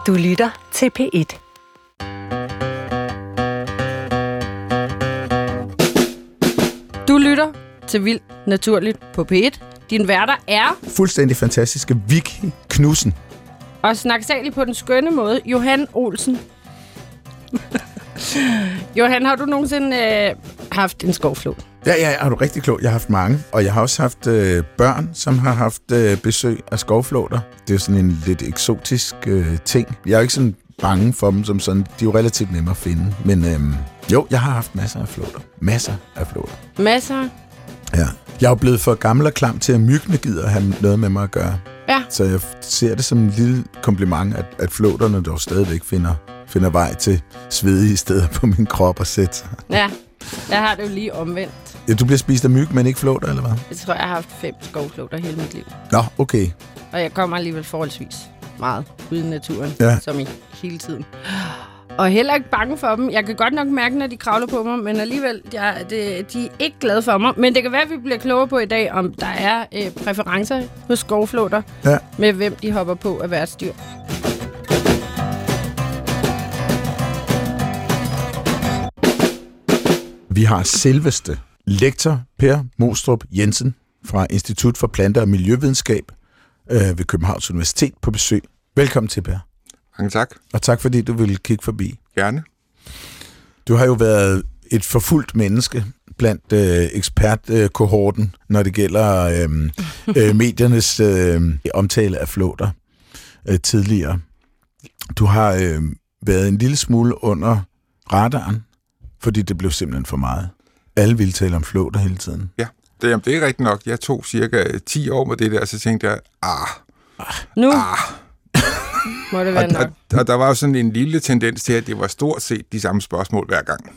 Du lytter til P1. Du lytter til Vildt Naturligt på P1. Din værter er... fuldstændig fantastiske Vicky Knudsen. Og snaksalig på den skønne måde, Johan Olsen. Johan, har du nogensinde haft en skovflod? Ja, er du rigtig klog. Jeg har haft mange, og jeg har også haft børn, som har haft besøg af skovflåter. Det er jo sådan en lidt eksotisk ting. Jeg er jo ikke sådan bange for dem som sådan. De er jo relativt nemme at finde. Men jo, jeg har haft masser af flåter. Masser af flåter. Masser? Ja. Jeg er jo blevet for gammel og klam til, at myggene gider have noget med mig at gøre. Ja. Så jeg ser det som en lille kompliment, at flåterne dog stadigvæk finder vej til svedige steder på min krop og sætte sig. Ja, jeg har det jo lige omvendt. Ja, du bliver spist af myg, men ikke flåter, eller hvad? Jeg tror, jeg har haft 5 skovflåter hele mit liv. Nå, okay. Og jeg kommer alligevel forholdsvis meget ude i naturen, som i hele tiden. Og heller ikke bange for dem. Jeg kan godt nok mærke, når de kravler på mig, men alligevel, de er ikke glade for mig. Men det kan være, at vi bliver klogere på i dag, om der er præferencer hos skovflåter, med hvem de hopper på af hvert styr. Vi har selveste lektor Per Mostrup Jensen fra Institut for Plante- og Miljøvidenskab ved Københavns Universitet på besøg. Velkommen til, Per. Mange tak. Og tak, fordi du ville kigge forbi. Gerne. Du har jo været et forfulgt menneske blandt ekspertkohorten, når det gælder mediernes omtale af flåter tidligere. Du har været en lille smule under radaren, fordi det blev simpelthen for meget. Alle ville tale om flåter hele tiden. Ja, det er rigtigt nok. Jeg tog cirka 10 år med det der, så tænkte jeg, Nu må det være nok. Og der var jo sådan en lille tendens til, at det var stort set de samme spørgsmål hver gang.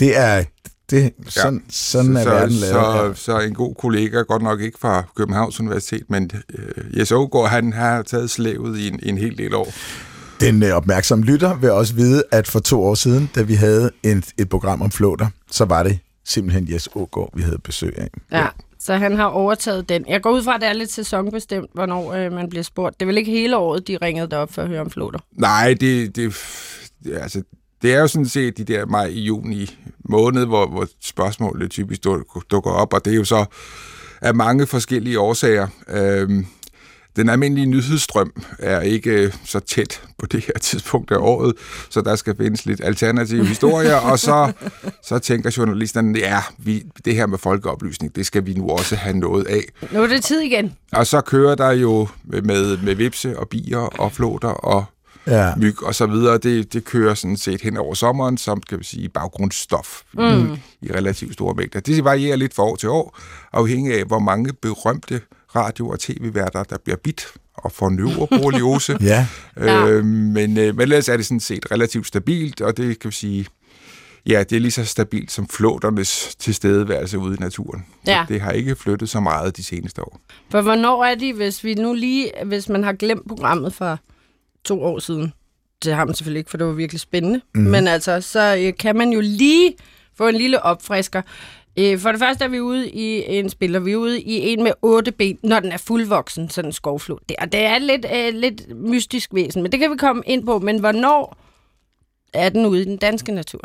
Sådan er verden lavet. Så en god kollega, godt nok ikke fra Københavns Universitet, men Jes Aagaard, han har taget slævet i en hel del år. Den opmærksomme lytter vil også vide, at for 2 år siden, da vi havde et program om flåter, så var det simpelthen Jes Aagaard, vi havde besøg af. Ja, så han har overtaget den. Jeg går ud fra, at det er lidt sæsonbestemt, hvornår man bliver spurgt. Det er vel ikke hele året, de ringede derop for at høre om flåter? Nej, det er jo sådan set de der maj-juni måned, hvor spørgsmålet typisk dukker op, og det er jo så af mange forskellige årsager. Den almindelige nyhedsstrøm er ikke så tæt på det her tidspunkt af året, så der skal findes lidt alternative historier, og så tænker journalisterne, det her med folkeoplysning, det skal vi nu også have noget af. Nu er det tid igen. Og så kører der jo med vipse og bier og flåter og myg og så videre. Det kører sådan set hen over sommeren, som kan vi sige baggrundsstof i relativt store mængder. Det varierer lidt fra år til år, afhængig af, hvor mange berømte radio- og tv-værter, der bliver bidt og får neuroborreliose. Men ellers er det sådan set relativt stabilt, og det kan vi sige, det er lige så stabilt som flåternes tilstedeværelse ude i naturen. Ja. Det har ikke flyttet så meget de seneste år. For hvornår er de, hvis man har glemt programmet for 2 år siden? Det har man selvfølgelig ikke, for det var virkelig spændende. Men altså, så kan man jo lige få en lille opfrisker. For det første er vi ude i en spiller. Vi er ude i en med 8 ben, når den er fuldvoksen, sådan en skovflod. Det er lidt mystisk væsen, men det kan vi komme ind på. Men hvornår er den ude i den danske natur?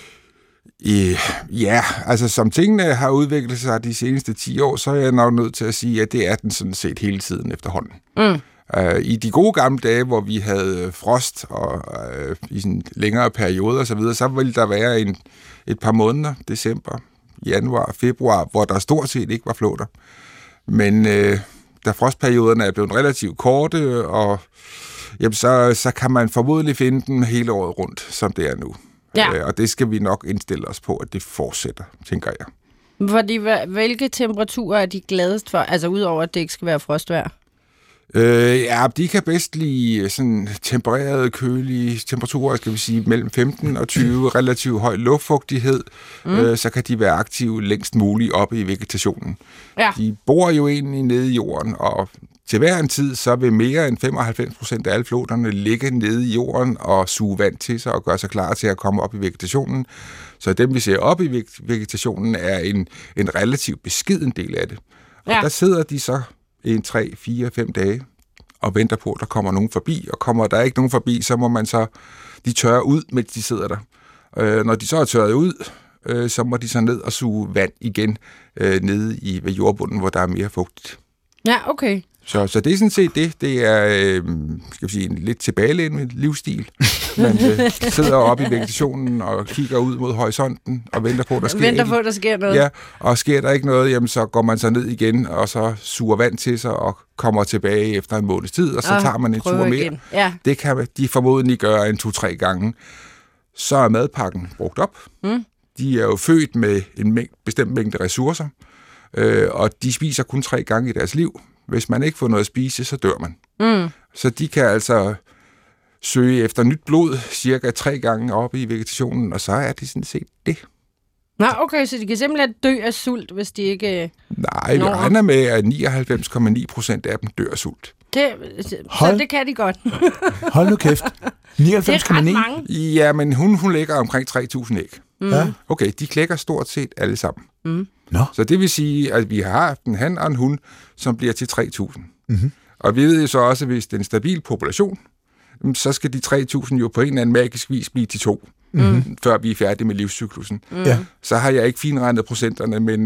Altså som tingene har udviklet sig de seneste 10 år, så er jeg nok nødt til at sige, at det er den sådan set hele tiden efterhånden. I de gode gamle dage, hvor vi havde frost og i sådan længere perioder og så videre, så ville der være et par måneder, december, januar, februar, hvor der stort set ikke var flåter. Men da frostperioderne er blevet relativt korte, og så kan man formodentlig finde dem hele året rundt, som det er nu. Ja. Og det skal vi nok indstille os på, at det fortsætter, tænker jeg. Fordi hvilke temperaturer er de gladest for? Altså udover, at det ikke skal være frostvejr? De kan bedst lide sådan tempererede, kølige temperaturer, skal vi sige, mellem 15 og 20, relativt høj luftfugtighed, så kan de være aktive længst muligt oppe i vegetationen. Ja. De bor jo egentlig nede i jorden, og til hver en tid, så vil mere end 95% af alle flåterne ligge nede i jorden og suge vand til sig og gøre sig klar til at komme op i vegetationen. Så dem, vi ser op i vegetationen, er en relativt beskeden del af det. Og der sidder de så 1, 3, 4, 5 dage og venter på, at der kommer nogen forbi, og kommer der ikke nogen forbi, så må man så, de tørre ud, mens de sidder der. Når de så er tørret ud, så må de så ned og suge vand igen nede ved jordbunden, hvor der er mere fugtigt. Ja, okay. Så det er sådan set det. Det er skal vi sige, en lidt tilbagelænet livsstil. Man sidder oppe i vegetationen og kigger ud mod horisonten og venter på, at der sker noget. Ja, og sker der ikke noget, jamen, så går man så ned igen og så suger vand til sig og kommer tilbage efter en måneds tid, og så tager man en tur mere. Ja. Det kan de formodentlig gøre 2-3 gange. Så er madpakken brugt op. De er jo født med en bestemt mængde ressourcer, og de spiser kun 3 gange i deres liv. Hvis man ikke får noget at spise, så dør man. Så de kan altså søge efter nyt blod cirka 3 gange oppe i vegetationen, og så er det sådan set det. Nå, okay, så de kan simpelthen dø af sult, hvis de ikke... Nej, vi regner med, at 99,9% af dem dør af sult. Så det kan de godt. Hold nu kæft. 99,9? Det er ret mange. Ja, men hun lægger omkring 3.000 æg. Ja. Okay, de klækker stort set alle sammen. Nå. Så det vil sige, at vi har haft en han og en hund, som bliver til 3.000. Og vi ved jo så også, at hvis det er en stabil population, så skal de 3.000 jo på en eller anden magisk vis blive til 2, før vi er færdige med livscyklusen. Så har jeg ikke finregnet procenterne, men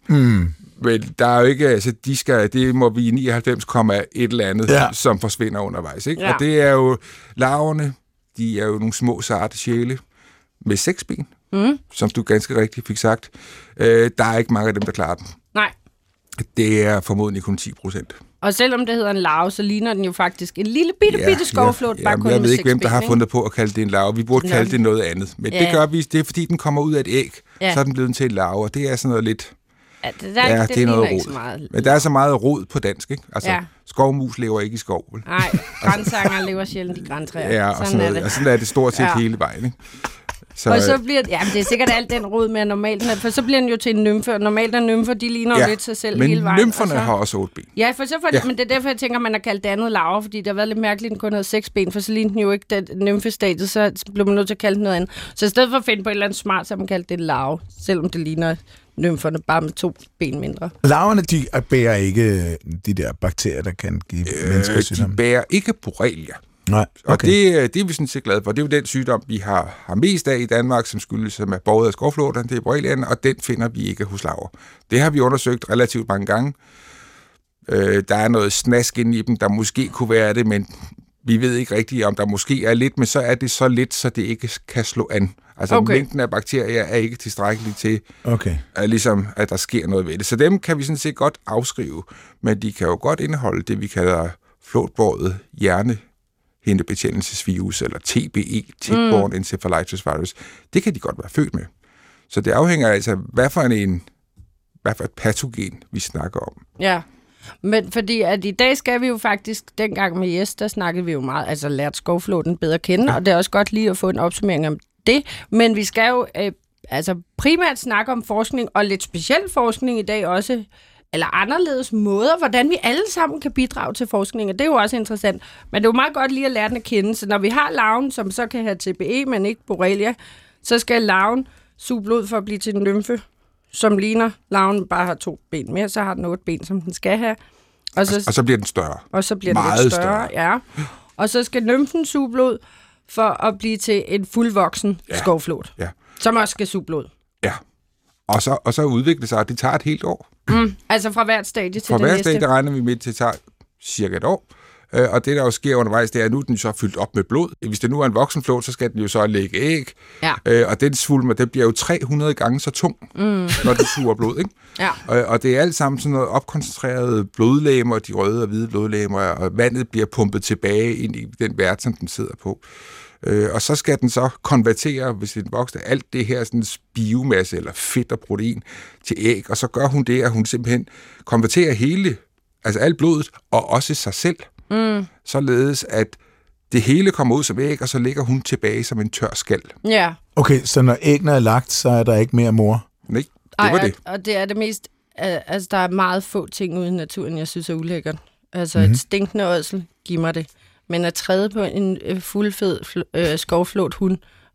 der er jo ikke, altså det må vi 99,1 eller andet, som forsvinder undervejs. Ikke? Ja. Og det er jo larverne, de er jo nogle små sarte sjæle med 6 ben, som du ganske rigtigt fik sagt. Der er ikke mange af dem, der klarer den. Nej. Det er formodentlig kun 10%. Og selvom det hedder en larve, så ligner den jo faktisk en lille bitte skovflåt, bare kun jeg ved med ikke, hvem 6 der har ben, fundet på at kalde det en larve. Vi burde kalde det noget andet. Men det gør vi, det er fordi, den kommer ud af et æg, så er den blevet til en larve, og det er sådan noget lidt... Ja, det er noget rod. Så meget. Men der er så meget rod på dansk, ikke? Altså, skovmus lever ikke i skov, vel? Nej, grænsanger lever sjældent i græntræer. Ja, og sådan er det. Og sådan er det stort set hele vejen, ikke? Og så bliver det er sikkert alt den rod med normalt, for så bliver den jo til en nymfe, og normalt er nymfer, de ligner jo lidt sig selv hele vejen. Men nymferne har også 8 ben. Ja, men det er derfor, jeg tænker, man har kaldt det andet larve, fordi det har været lidt mærkeligt, at den kun havde 6 ben, for så lignede den jo ikke den nymfestadiet, så blev man nødt til at kalde det noget andet. Så i stedet for at finde på et eller andet smart, så har man kaldt det en larve, selvom det ligner nymferne bare med 2 ben mindre. Larverne, de bærer ikke de der bakterier, der kan give mennesker sygdom? De bærer ikke borrelia. Nej, okay. Og det er vi sådan set glade for. Det er jo den sygdom, vi har mest af i Danmark, som er båret af skovflåterne, det er borreliaen, og den finder vi ikke hos larver. Det har vi undersøgt relativt mange gange. Der er noget snask inde i dem, der måske kunne være det, men vi ved ikke rigtigt, om der måske er lidt, men så er det så lidt, så det ikke kan slå an. Altså mængden af bakterier er ikke tilstrækkelig til, at der sker noget ved det. Så dem kan vi sådan set godt afskrive, men de kan jo godt indeholde det, vi kalder flåtbåret hjernehindebetændelsesvirus, eller TBE, tick-borne encephalitis virus. Det kan de godt være født med. Så det afhænger altså, hvad for et patogen, vi snakker om. Ja, men fordi at i dag skal vi jo faktisk, dengang med Jes, der snakkede vi jo meget, altså lært skovflåten bedre at kende, og det er også godt lige at få en opsummering om det, men vi skal jo primært snakke om forskning, og lidt speciel forskning i dag også, eller anderledes måder, hvordan vi alle sammen kan bidrage til forskning, og det er jo også interessant. Men det er jo meget godt lige at lære den at kende, så når vi har larven, som så kan have TBE, men ikke borrelia, så skal larven suge blod for at blive til en nymfe, som ligner larven bare har 2 ben mere, så har den 8 ben, som den skal have. Og så bliver den større. Og så bliver den lidt større, ja. Og så skal nymfen suge blod for at blive til en fuldvoksen skovflåt, som også skal suge blod. Ja, og så udvikle sig, og det tager et helt år. Altså fra hvert stadie til det næste? Fra hvert stadie regner vi med, til det tager cirka et år. Og det, der jo sker undervejs, det er, at nu er den så fyldt op med blod. Hvis det nu er en voksenflåt, så skal den jo så lægge æg. Ja. Og den svulmer, den bliver jo 300 gange så tung, når den suger blod, ikke? Ja. Og det er alt sammen sådan noget opkoncentrerede blodlegemer, de røde og hvide blodlegemer, og vandet bliver pumpet tilbage ind i den vært, som den sidder på. Og så skal den så konvertere, hvis den vokser, alt det her sådan biomasse eller fedt og protein til æg, og så gør hun det, at hun simpelthen konverterer altså alt blodet, og også sig selv, således at det hele kommer ud som æg, og så ligger hun tilbage som en tør skal. Ja. Okay, så når æggene er lagt, så er der ikke mere mor? Nej, det var det. Og det er det mest, altså der er meget få ting ude i naturen, jeg synes er ulækkert. Altså et stinkende ådsel, giv mig det. Men at træde på en fuldfed skovflåt hund,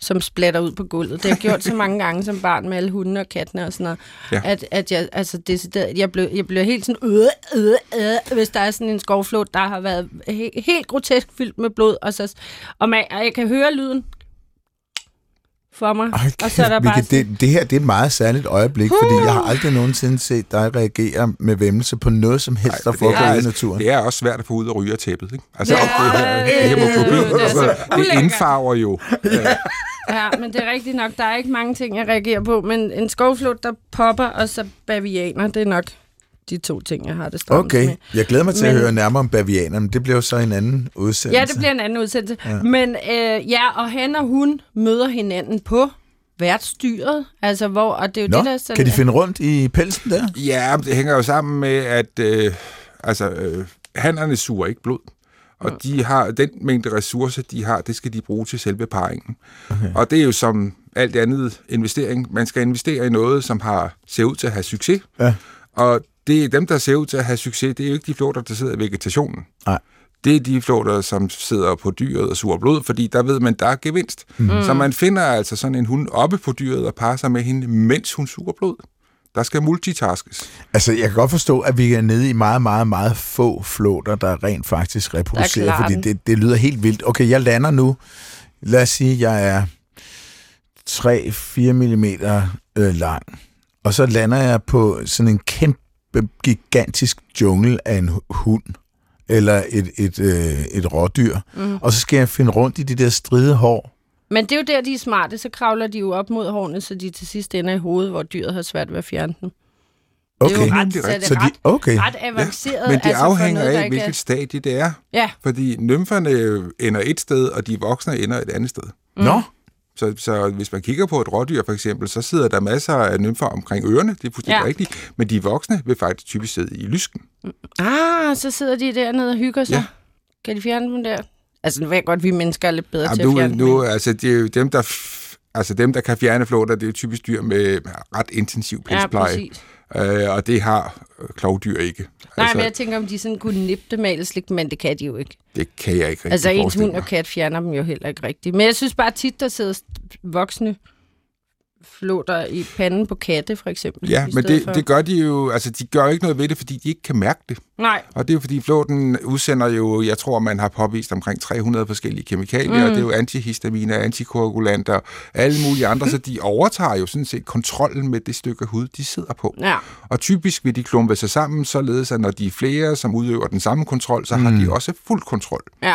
som splatter ud på gulvet. Det har jeg gjort så mange gange som barn med alle hundene og kattene og sådan noget, at jeg, altså decideret, jeg bliver helt sådan, hvis der er sådan en skovflåt, der har været helt grotesk fyldt med blod, og jeg kan høre lyden for mig. Okay, og så er der bare det her, det er et meget særligt øjeblik, fordi jeg har aldrig nogensinde set dig reagere med væmmelse på noget som helst, der foregår i naturen. Det er også svært at få ud af rygertæppet, ikke? Altså, det hemoglobin, det indfarver jo. Ja, men det er rigtigt nok. Der er ikke mange ting, jeg reagerer på, men en skovflåt, der popper, og så bavianer, det er nok de 2 ting, jeg har det stramt med. Okay, jeg glæder mig til at høre nærmere om bavianer, men det bliver jo så en anden udsendelse. Ja, det bliver en anden udsendelse. Ja. Men og han og hun møder hinanden på værtsdyret, altså og det er jo det, der sådan... Kan de finde rundt i pelsen der? Ja, det hænger jo sammen med, at hannerne suger ikke blod. Og de har den mængde ressourcer, de har, det skal de bruge til selve parringen. Okay. Og det er jo som alt andet investering. Man skal investere i noget, som ser ud til at have succes. Ja. Og det er dem, der ser ud til at have succes, det er jo ikke de flåter, der sidder i vegetationen. Nej. Det er de flåter, som sidder på dyret og suger blod, fordi der ved man, der er gevinst. Så man finder altså sådan en hund oppe på dyret og parer sig med hende, mens hun suger blod. Der skal multitaskes. Altså, jeg kan godt forstå, at vi er nede i meget, meget, meget få flåter, der rent faktisk reproducerer, fordi det lyder helt vildt. Okay, jeg lander nu. Lad os sige, jeg er 3-4 millimeter lang, og så lander jeg på sådan en kæmpe, gigantisk jungle af en hund, eller et rådyr, og så skal jeg finde rundt i de der stride hår. Men det er jo der, de er smarte, så kravler de jo op mod hårene, så de til sidst ender i hovedet, hvor dyret har svært ved at fjerne dem. Okay. Det er jo ret avanceret. Men det afhænger af, hvilket stadie det er. Ja. Fordi nymferne ender et sted, og de voksne ender et andet sted. Nå? Så hvis man kigger på et rådyr for eksempel, så sidder der masser af nymfer omkring ørerne, det er fuldstændig rigtigt, men de voksne vil faktisk typisk sidde i lysken. Så sidder de dernede og hygger sig. Ja. Kan de fjerne dem der? Altså, nu ved jeg godt, vi mennesker er lidt bedre til at fjerne dem. Altså, det er jo dem, der kan fjerne flåter, det er jo typisk dyr med ret intensiv pelspleje. Ja, og det har klovdyr ikke. Nej, men jeg tænker, om de sådan kunne nippe dem af, men det kan de jo ikke. Det kan jeg ikke rigtig altså, ens hund og kat fjerner dem jo heller ikke rigtigt. Men jeg synes bare tit, der sidder voksne flåter i panden på katte, for eksempel. Ja, men det gør de jo, altså de gør ikke noget ved det, fordi de ikke kan mærke det. Nej. Og det er jo fordi flåten udsender jo, jeg tror, man har påvist omkring 300 forskellige kemikalier, og det er jo antihistaminer, antikoagulanter, alle mulige andre, så de overtager jo sådan set kontrollen med det stykke hud, de sidder på. Ja. Og typisk vil de klumpe sig sammen, således at når de er flere, som udøver den samme kontrol, så har de også fuld kontrol. Ja.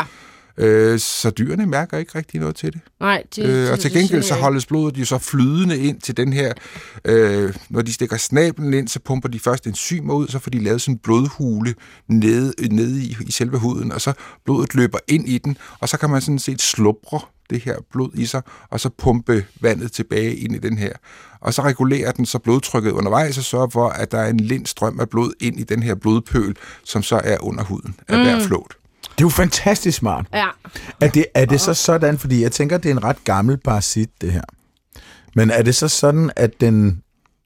Så dyrene mærker ikke rigtig noget til det. Nej, og til gengæld så holdes blodet jo så flydende ind til den her, når de stikker snablen ind, så pumper de først enzymer ud, så får de lavet sådan en blodhule nede i selve huden, og så blodet løber ind i den, og så kan man sådan set slubre det her blod i sig, og så pumpe vandet tilbage ind i den her. Og så regulerer den så blodtrykket undervejs, og sørger for, at der er en lind strøm af blod ind i den her blodpøl, som så er under huden af hver flåt. Det er jo fantastisk smart. Ja. Er det så sådan, fordi jeg tænker, det er en ret gammel parasit, det her. Men er det så sådan, at den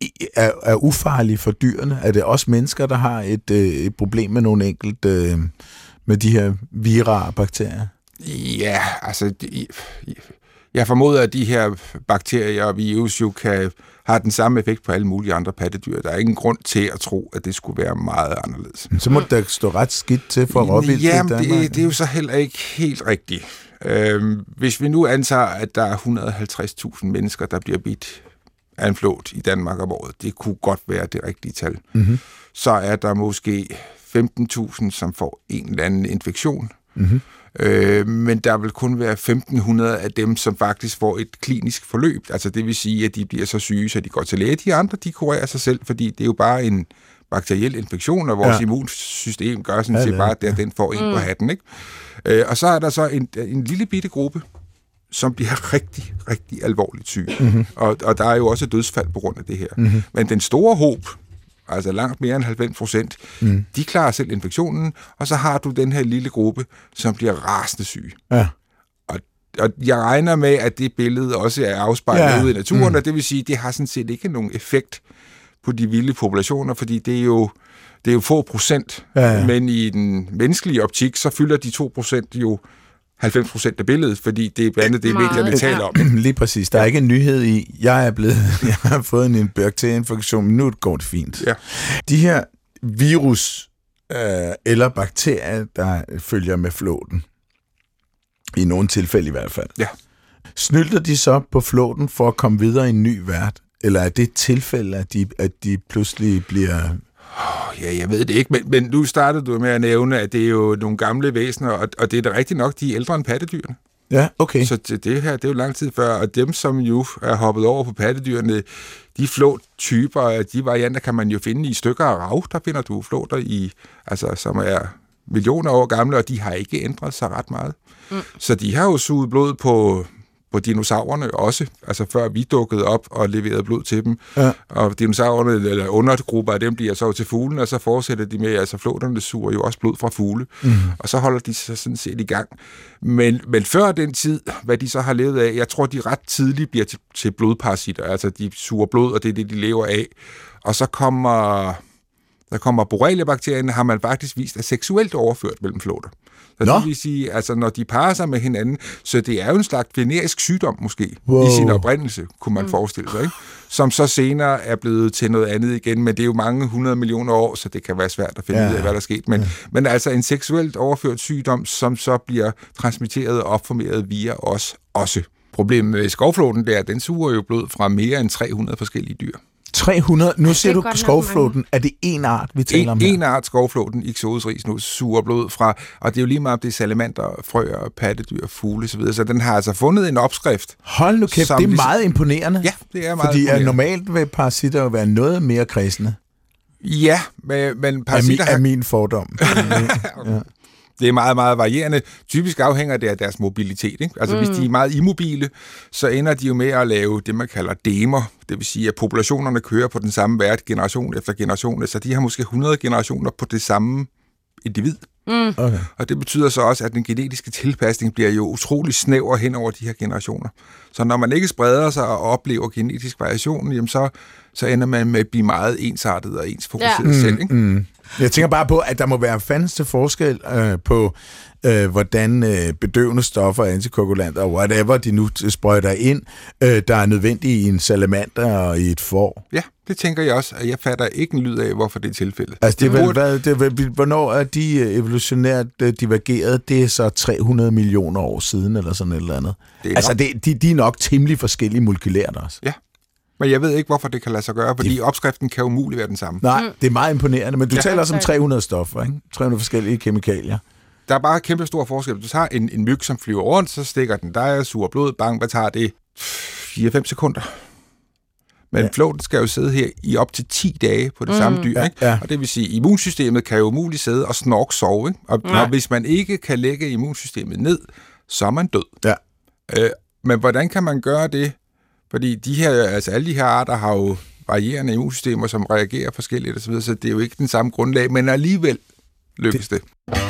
er ufarlig for dyrene? Er det også mennesker, der har et problem med nogle enkelte, med de her vira bakterier? Ja, altså, jeg formoder, at de her bakterier og virus jo har den samme effekt på alle mulige andre pattedyr. Der er ingen grund til at tro, at det skulle være meget anderledes. Så må der stå ret skidt til for råvildt. Ja, det er jo så heller ikke helt rigtigt. Hvis vi nu antager, at der er 150.000 mennesker, der bliver bidt af en flåt i Danmark om året, det kunne godt være det rigtige tal. Mm-hmm. Så er der måske 15.000, som får en eller anden infektion. Mm-hmm. Men der vil kun være 1.500 af dem, som faktisk får et klinisk forløb. Altså det vil sige, at de bliver så syge, så de går til læge. De andre, de kurerer sig selv, fordi det er jo bare en bakteriel infektion, og vores immunsystem gør sådan set bare, at den får en på hatten. Ikke? Og så er der så en lille bitte gruppe, som bliver rigtig, rigtig alvorligt syge. Mm-hmm. Og der er jo også dødsfald på grund af det her. Mm-hmm. Men den store håb, altså langt mere end 90%, de klarer selv infektionen, og så har du den her lille gruppe, som bliver rasende syge. Ja. Og jeg regner med, at det billede også er afspejlet ude i naturen, og det vil sige, at det har sådan set ikke nogen effekt på de vilde populationer, fordi det er jo få procent, men i den menneskelige optik, så fylder de 2% jo 90% af billedet, fordi det er blandt andet det, medierne taler om. Lige præcis. Der er ikke en nyhed i, jeg har fået en bakterieinfektion, men nu går det fint. Ja. De her virus eller bakterier, der følger med flåten, i nogle tilfælde i hvert fald, snylter de så på flåten for at komme videre i en ny vært? Eller er det et tilfælde, at de pludselig bliver... Ja, jeg ved det ikke, men nu startede du med at nævne, at det er jo nogle gamle væsener, og det er da rigtigt nok, de er ældre end pattedyrene. Ja, okay. Så det her, det er jo lang tid før, og dem, som jo er hoppet over på pattedyrene, de flåttyper, de varianter kan man jo finde i stykker af rav. Der finder du flåter i, altså, som er millioner år gamle, og de har ikke ændret sig ret meget. Så de har jo suget blod på dinosaurerne også, altså før vi dukkede op og leverede blod til dem. Ja. Og dinosaurerne, eller undergrupper af dem, bliver så til fuglene, og så fortsætter de med, altså flåterne suger jo også blod fra fugle, og så holder de sig sådan set i gang. Men før den tid, hvad de så har levet af, jeg tror, de ret tidligt bliver til blodparasitter, altså de suger blod, og det er det, de lever af. Og så kommer Borrelia-bakterien, har man faktisk vist, er seksuelt overført mellem flåter. Så det vil sige, altså når de parer sig med hinanden, så det er jo en slags venerisk sygdom måske, i sin oprindelse, kunne man forestille sig, ikke? Som så senere er blevet til noget andet igen, men det er jo mange 100 millioner år, så det kan være svært at finde ud af, hvad der er sket. Men altså en seksuelt overført sygdom, som så bliver transmitteret og opformeret via os også. Problemet med skovflåten, det er, at den suger jo blod fra mere end 300 forskellige dyr. 300? Nu ser du skovflåten. Er det en art, vi taler om her? En art skovflåten, Ixodes risenus, suger blod fra, og det er jo lige meget, om det er salamander, frøer, pattedyr, fugle osv., så den har altså fundet en opskrift. Hold nu kæft, det er meget imponerende. Ja, det er meget fordi imponerende. Normalt vil parasitter jo være noget mere kredsende. Ja, men parasitter er min fordom. Ja. Det er meget, meget varierende. Typisk afhænger det af deres mobilitet, ikke? Altså hvis de er meget immobile, så ender de jo med at lave det, man kalder demer. Det vil sige, at populationerne kører på den samme vært generation efter generation. Så de har måske 100 generationer på det samme individ. Okay. Og det betyder så også, at den genetiske tilpasning bliver jo utrolig snæver hen over de her generationer. Så når man ikke spreder sig og oplever genetisk variation, jamen så ender man med at blive meget ensartet og ensfokuseret selv, ikke? Jeg tænker bare på, at der må være fandens til forskel på, hvordan bedøvende stoffer, antikoagulanter og whatever, de nu sprøjter ind, der er nødvendige i en salamander og i et får. Ja, det tænker jeg også, at jeg fatter ikke en lyd af, hvorfor det er tilfældet. Altså, hvornår er de evolutionært divergeret? Det er så 300 millioner år siden, eller sådan et eller andet. Altså, de er nok temmelig forskellige molekylært også. Ja. Men jeg ved ikke, hvorfor det kan lade sig gøre, fordi opskriften kan umuligt være den samme. Nej, det er meget imponerende, men du taler også om 300 stoffer, ikke? 300 forskellige kemikalier. Der er bare kæmpe stor forskel. Du tager en myg, som flyver rundt, så stikker den dig og suger blod. Bang, hvad tager det? 4-5 sekunder. Men flåten skal jo sidde her i op til 10 dage på det samme dyr, ikke? Ja. Og det vil sige, at immunsystemet kan jo umuligt sidde og snork-sove, ikke? Og hvis man ikke kan lægge immunsystemet ned, så er man død. Ja. Men hvordan kan man gøre det? Fordi alle de her arter har jo varierende immunsystemer, som reagerer forskelligt og så videre, så det er jo ikke den samme grundlag, men alligevel lykkes det.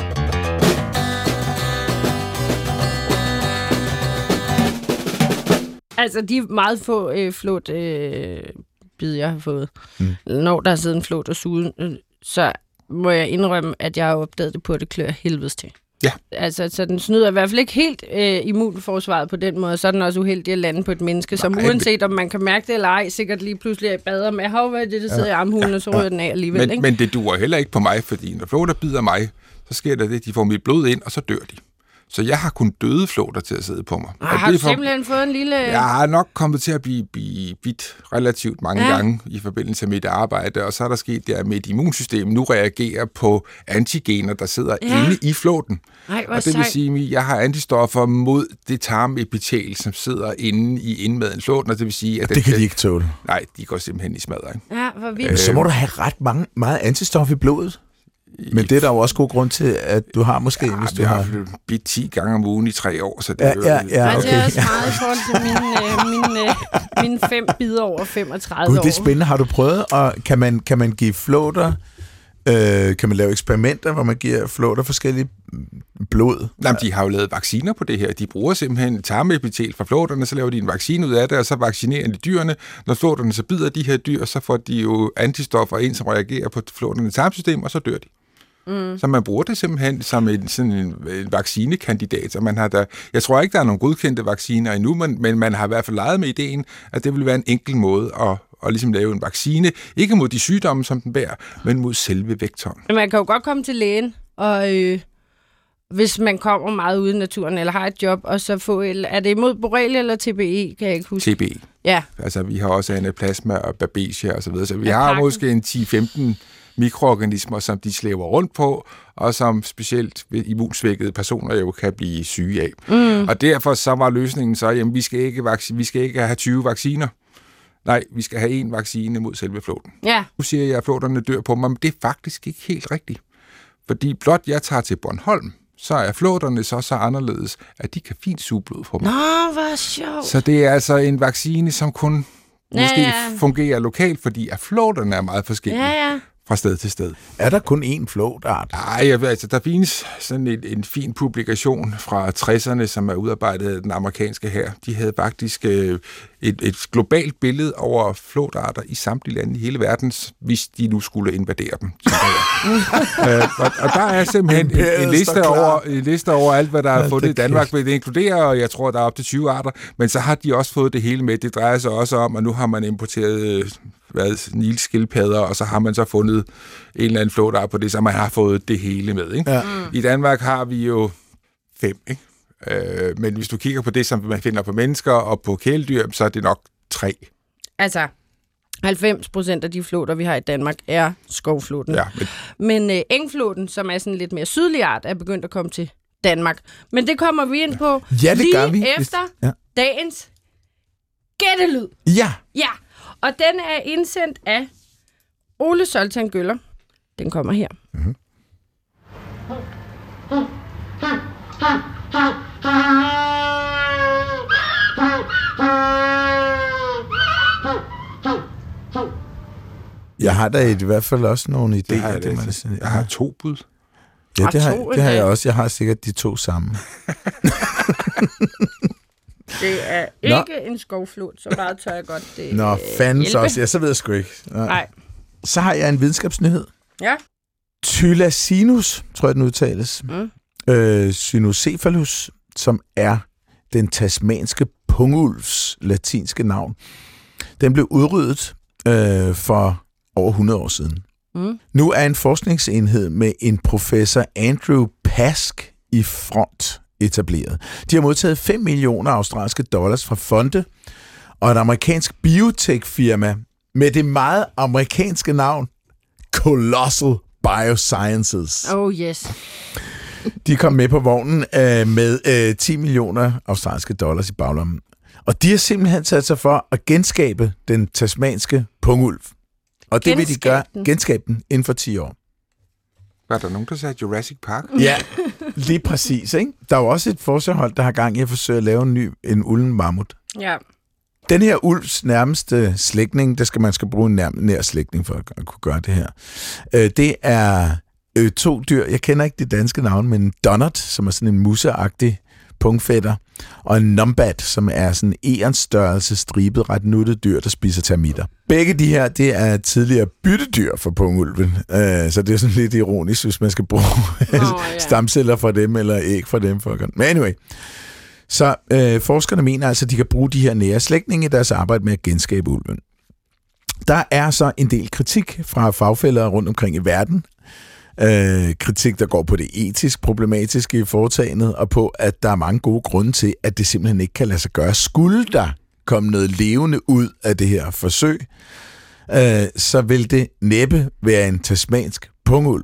Altså, de meget få flåtbid, jeg har fået, når der er siddet en flåt og suget, så må jeg indrømme, at jeg har opdaget det på, at det klør helvedes til. Ja. Altså, så den snyder i hvert fald ikke helt immunforsvaret på den måde, så er den også uheldig at lande på et menneske, som uanset om man kan mærke det eller ej, sikkert lige pludselig er i bader med, hvad det, der sidder i armhulen, og så rører den af alligevel. Men det duer heller ikke på mig, fordi når flåter bider mig, så sker der det, de får mit blod ind, og så dør de. Så jeg har kun døde flåter til at sidde på mig. Har du simpelthen fået en lille... Jeg har nok kommet til at blive bidt relativt mange gange i forbindelse med mit arbejde, og så er der sket der med, at immunsystemet nu reagerer på antigener, der sidder inde i flåten. Og det vil sige, at jeg har antistoffer mod det tarmepitel, som sidder inde i indmaden flåten, og det vil sige, at... det kan de ikke tåle. Nej, de går simpelthen i smadring. Ja, hvor vildt. Så må du have ret meget antistof i blodet. Men det er der jo også god grund til, at du har måske, hvis du har... bidt 10 gange om ugen i 3 år, så det okay. Det er også meget i forhold til mine 5 bidder over 35 år. Gud, det er spændende. Har du prøvet, og kan man give flåter, kan man lave eksperimenter, hvor man giver flåter forskellige blod? Jamen, de har jo lavet vacciner på det her. De bruger simpelthen tarmepitel fra flåterne, så laver de en vaccine ud af det, og så vaccinerer de dyrene. Når flåterne så bider de her dyr, så får de jo antistoffer ind, som reagerer på flåternes tarmsystem, og så dør de. Så man bruger det simpelthen som en vaccinekandidat. Jeg tror ikke, der er nogen godkendte vacciner endnu, men man har i hvert fald leget med ideen, at det vil være en enkel måde at ligesom lave en vaccine. Ikke mod de sygdomme, som den bærer, men mod selve vektoren. Men man kan jo godt komme til lægen, og hvis man kommer meget ude i naturen, eller har et job, og så få... Er det imod borrelia eller TBE, kan jeg ikke huske? TBE. Ja. Altså, vi har også anaplasma og babesia og så videre. Så vi har måske en 10-15 mikroorganismer, som de slæver rundt på, og som specielt immunsvækkede personer jo kan blive syge af. Og derfor så var løsningen så, jamen vi skal ikke have 20 vacciner. Nej, vi skal have en vaccine mod selve flåten. Ja. Nu siger jeg, at flåterne dør på mig, men det er faktisk ikke helt rigtigt. Fordi blot jeg tager til Bornholm, så er flåterne så anderledes, at de kan fint suge blod på mig. Nå, hvor sjovt. Så det er altså en vaccine, som kun måske fungerer lokalt, fordi at flåterne er meget forskellige fra sted til sted. Er der kun én flåtart? Nej, altså der findes sådan en fin publikation fra 60'erne, som er udarbejdet af den amerikanske hær. De havde faktisk et globalt billede over flåtarter i samtlige lande i hele verden, hvis de nu skulle invadere dem. Og der er simpelthen en liste over alt, hvad der er fundet i Danmark. Det inkluderer, og jeg tror, der er op til 20 arter, men så har de også fået det hele med. Det drejer sig også om, at nu har man importeret nilskildpadder, og så har man så fundet en eller anden flåtart på det, så man har fået det hele med. Ikke? Ja. I Danmark har vi jo 5, ikke? Men hvis du kigger på det, som man finder på mennesker og på kæledyr, så er det nok 3. Altså, 90% af de flåter, vi har i Danmark, er skovflåten. Ja, men engflåten, som er sådan lidt mere sydlig art, er begyndt at komme til Danmark. Men det kommer vi ind på lige efter dagens gættelyd. Ja. Ja, og den er indsendt af Ole Soltan Gøller. Den kommer her. Mm-hmm. Jeg har da i hvert fald også nogle idéer. Jeg har 2 bud. Ja, det har jeg også. Jeg har sikkert de 2 sammen. Det er ikke en skovflod, så meget tør jeg godt fandens også. Ja, så ved jeg sgu ikke. Nej. Så har jeg en videnskabsnyhed. Ja. Thylacinus, tror jeg, den udtales. Cynocephalus, som er den tasmanske pungulvs latinske navn. Den blev udryddet for over 100 år siden. Nu er en forskningsenhed med en professor Andrew Pask i front etableret. De har modtaget 5 millioner australske dollars fra fonde, og et amerikansk biotech-firma med det meget amerikanske navn Colossal Biosciences. Oh yes. De kom med på vognen med 10 millioner australske dollars i baglommen. Og de har simpelthen sat sig for at genskabe den tasmanske pungulv. Og det vil de gøre, genskabe den inden for 10 år. Var der nogen, der sagde Jurassic Park? Ja, lige præcis. Ikke? Der er jo også et forsøghold, der har gang i at forsøge at lave en ulden mammut. Ja. Den her ulvs nærmeste slægtning, man skal bruge en nær slægtning for at kunne gøre det her. Det er 2 dyr. Jeg kender ikke det danske navn, men en donut, som er sådan en museagtig pungfætter, og en numbat, som er sådan en størrelse stribet, ret nuttet dyr, der spiser termitter. Begge de her, det er tidligere byttedyr for pungulven, så det er sådan lidt ironisk, hvis man skal bruge stamceller fra dem, eller æg fra dem. Men anyway, så forskerne mener altså, at de kan bruge de her nære slægtninge i deres arbejde med at genskabe ulven. Der er så en del kritik fra fagfæller rundt omkring i verden, kritik, der går på det etisk problematiske i foretagendet, og på, at der er mange gode grunde til, at det simpelthen ikke kan lade sig gøre. Skulle der komme noget levende ud af det her forsøg, så vil det næppe være en tasmansk pungulv.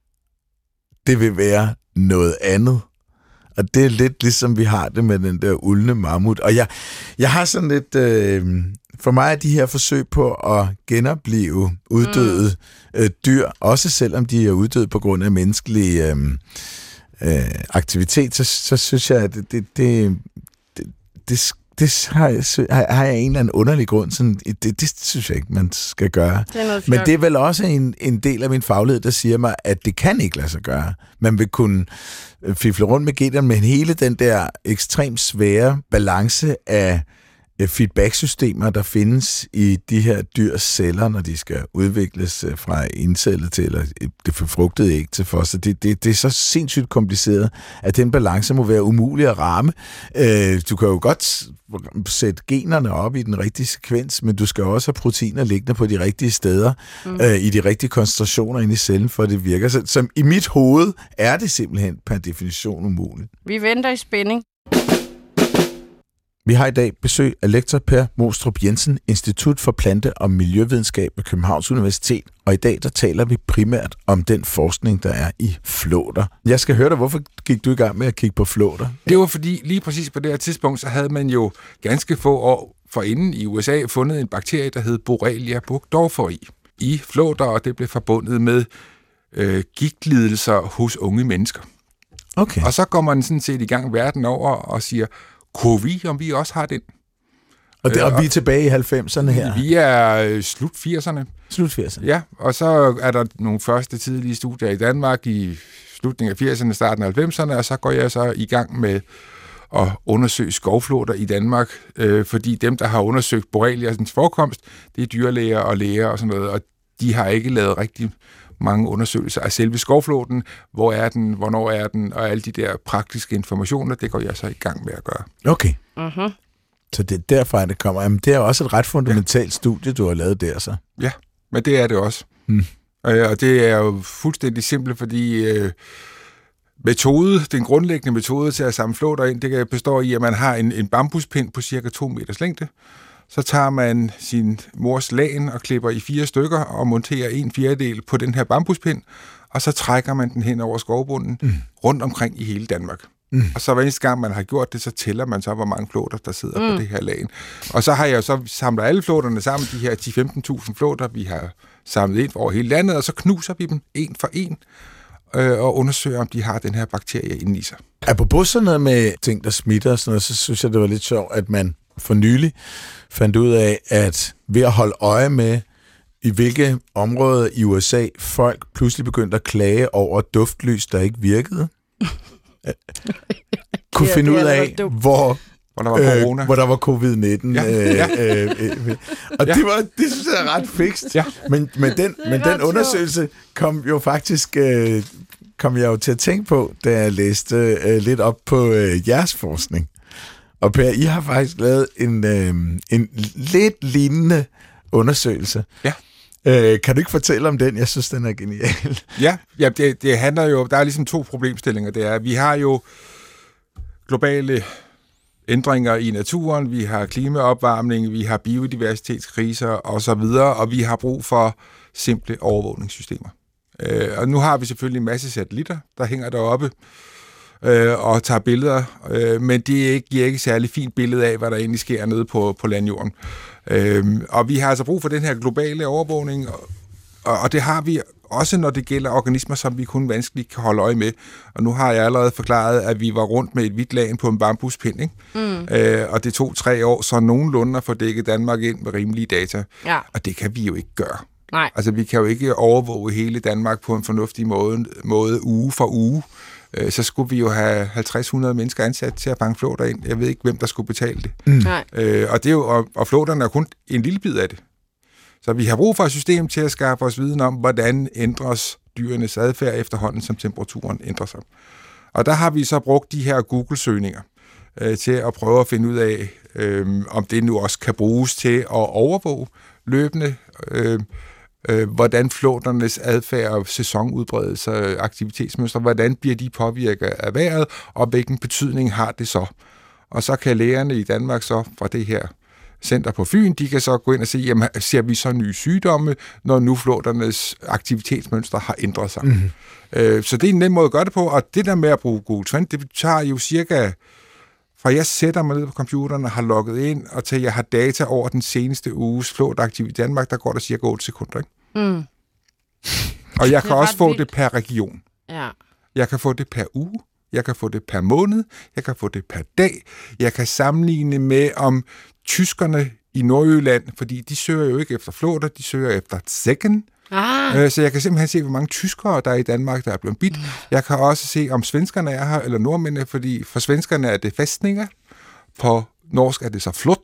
Det vil være noget andet. Og det er lidt ligesom vi har det med den der uldne mammut. Og jeg har sådan lidt... for mig er de her forsøg på at genopleve uddøde dyr, også selvom de er uddøde på grund af menneskelig aktivitet, så synes jeg, at det har jeg en eller anden underlig grund. Sådan, det synes jeg ikke, man skal gøre. Men det er vel også en del af min faglighed, der siger mig, at det kan ikke lade sig gøre. Man vil kunne fifle rundt med generne, men hele den der ekstremt svære balance af feedback-systemer, der findes i de her dyrs celler, når de skal udvikles fra indcellet til, eller det forfrugtede æg til foster. Det er så sindssygt kompliceret, at den balance må være umulig at ramme. Du kan jo godt sætte generne op i den rigtige sekvens, men du skal også have proteiner liggende på de rigtige steder, i de rigtige koncentrationer inde i cellen, for at det virker. Så i mit hoved er det simpelthen per definition umuligt. Vi venter i spænding. Vi har i dag besøg af lektor Per Mostrup Jensen, Institut for Plante- og Miljøvidenskab ved Københavns Universitet, og i dag der taler vi primært om den forskning, der er i flåter. Jeg skal høre dig, hvorfor gik du i gang med at kigge på flåter? Det var fordi, lige præcis på det her tidspunkt, så havde man jo ganske få år forinden i USA fundet en bakterie, der hed Borrelia burgdorferi i flåter, og det blev forbundet med gigtlidelser hos unge mennesker. Okay. Og så går man sådan set i gang verden over og siger, om vi også har den. Og vi er tilbage i 90'erne her? Vi er slut 80'erne. Slut 80'erne? Ja, og så er der nogle første tidlige studier i Danmark i slutningen af 80'erne, starten af 90'erne, og så går jeg så i gang med at undersøge skovflåter i Danmark, fordi dem, der har undersøgt borreliasens forekomst, det er dyrlæger og læger og sådan noget, og de har ikke lavet rigtig mange undersøgelser af selve skovflåten. Hvor er den, hvornår er den, og alle de der praktiske informationer, det går jeg så i gang med at gøre. Okay. Så det er derfra, det kommer. Jamen, det er også et ret fundamentalt studie, du har lavet der, så. Ja, men det er det også. Og det er jo fuldstændig simpelt, fordi den grundlæggende metode til at samle flåter ind, det består i, at man har en bambuspind på cirka 2 meters længde. Så tager man sin mors lagen og klipper i 4 stykker og monterer 1/4 på den her bambuspind, og så trækker man den hen over skovbunden rundt omkring i hele Danmark. Og så hver eneste gang, man har gjort det, så tæller man så, hvor mange flåter, der sidder på det her lagen. Og så har jeg så samlet alle flåterne sammen, de her 10-15.000 flåter, vi har samlet ind over hele landet, og så knuser vi dem en for en, og undersøger, om de har den her bakterie inde i sig. Apropos sådan noget med ting, der smitter og sådan noget, så synes jeg, det var lidt sjovt, at man for nylig fandt ud af, at ved at holde øje med, i hvilke områder i USA folk pludselig begyndte at klage over duftlys, der ikke virkede, kunne finde ud af, hvor der var covid-19. Og det synes jeg er ret fikst. Ja. Men den undersøgelse kom jo faktisk kom jeg jo til at tænke på, da jeg læste lidt op på jeres forskning. Og Per, I har faktisk lavet en lidt lignende undersøgelse. Ja. Kan du ikke fortælle om den? Jeg synes, den er genial. Ja, det handler jo... Der er ligesom 2 problemstillinger. Det er, vi har jo globale ændringer i naturen, vi har klimaopvarmning, vi har biodiversitetskriser osv., og vi har brug for simple overvågningssystemer. Og nu har vi selvfølgelig en masse satellitter, der hænger deroppe og tager billeder, men det giver ikke særlig fint billede af, hvad der egentlig sker nede på landjorden. Og vi har altså brug for den her globale overvågning, og det har vi også, når det gælder organismer, som vi kun vanskeligt kan holde øje med. Og nu har jeg allerede forklaret, at vi var rundt med et hvidt lagen på en bambuspind, ikke? Og det tog 3 år, så nogenlunde at få dækket Danmark ind med rimelige data. Ja. Og det kan vi jo ikke gøre. Nej. Altså, vi kan jo ikke overvåge hele Danmark på en fornuftig måde uge for uge. Så skulle vi jo have 50-100 mennesker ansat til at fange flåter ind. Jeg ved ikke, hvem der skulle betale det. Og det er jo, og flåterne er kun en lille bid af det. Så vi har brug for et system til at skaffe os viden om, hvordan ændres dyrenes adfærd efterhånden, som temperaturen ændrer sig. Og der har vi så brugt de her Google-søgninger til at prøve at finde ud af, om det nu også kan bruges til at overvåge løbende, hvordan flåternes adfærd og sæsonudbredelse og aktivitetsmønstre, hvordan bliver de påvirket af vejret, og hvilken betydning har det så. Og så kan lægerne i Danmark så fra det her center på Fyn, de kan så gå ind og sige, jamen, ser vi så nye sygdomme, når nu flåternes aktivitetsmønstre har ændret sig. Så det er en nem måde at gøre det på, og det der med at bruge Google Trend, det tager jo cirka, fra jeg sætter mig ned på computeren og har logget ind, og til jeg har data over den seneste uges flåteaktivitet i Danmark, der går der cirka 8 sekunder. Ikke? Og jeg kan også få det per region. Ja. Jeg kan få det per uge, jeg kan få det per måned, jeg kan få det per dag, jeg kan sammenligne med om tyskerne i Nordjylland, fordi de søger jo ikke efter flåter, de søger efter Zecken. Så jeg kan simpelthen se, hvor mange tyskere der er i Danmark, der er blevet bidt. Jeg kan også se, om svenskerne er her, eller nordmændene, fordi for svenskerne er det fæstninger, på norsk er det så flot,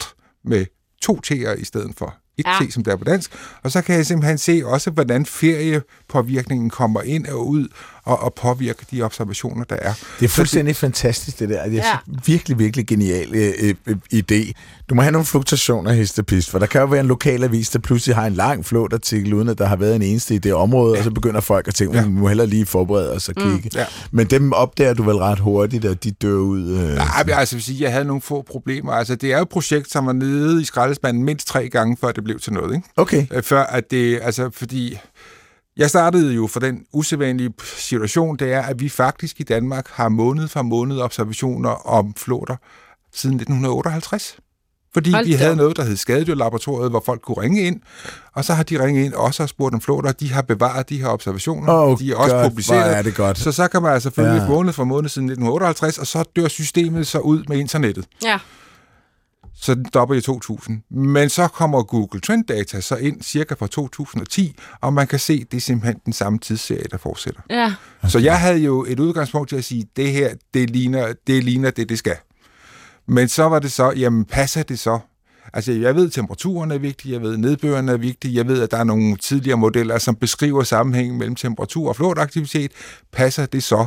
med 2 T'er i stedet for 1 T, som der er på dansk. Og så kan jeg simpelthen se også, hvordan feriepåvirkningen kommer ind og ud og påvirker de observationer, der er. Det er fuldstændig fantastisk, det der. Det er virkelig, virkelig genial idé. Du må have nogle fluktuationer, histopist, for der kan jo være en lokalavis, der pludselig har en lang flåtartikel, uden at der har været en eneste i det område, og så begynder folk at tænke, vi må hellere lige forberede os og kigge. Ja. Men dem opdager du vel ret hurtigt, at de dør ud? Nej, altså vil sige, jeg havde nogle få problemer. Altså, det er jo et projekt, som var nede i skraldespanden mindst 3 gange, før det blev til noget, ikke? Okay. Før at det, altså fordi... Jeg startede jo for den usædvanlige situation, det er, at vi faktisk i Danmark har måned for måned observationer om flåter siden 1958. Fordi vi havde noget, der hed Skadedyrlaboratoriet, hvor folk kunne ringe ind, og så har de ringet ind også og spurgt om flåter, de har bevaret de her observationer, de er også publiceret. Det godt. Så kan man altså følge måned for måned siden 1958, og så dør systemet så ud med internettet. Ja. Så den stopper i 2000. Men så kommer Google Trend Data så ind cirka fra 2010, og man kan se, det er simpelthen den samme tidsserie, der fortsætter. Ja. Så jeg havde jo et udgangspunkt til at sige, det her, det ligner det skal. Men så var det så, jamen passer det så? Altså jeg ved, temperaturen er vigtig, jeg ved, nedbøren er vigtig, jeg ved, at der er nogle tidligere modeller, som beskriver sammenhængen mellem temperatur og flåtaktivitet. Passer det så?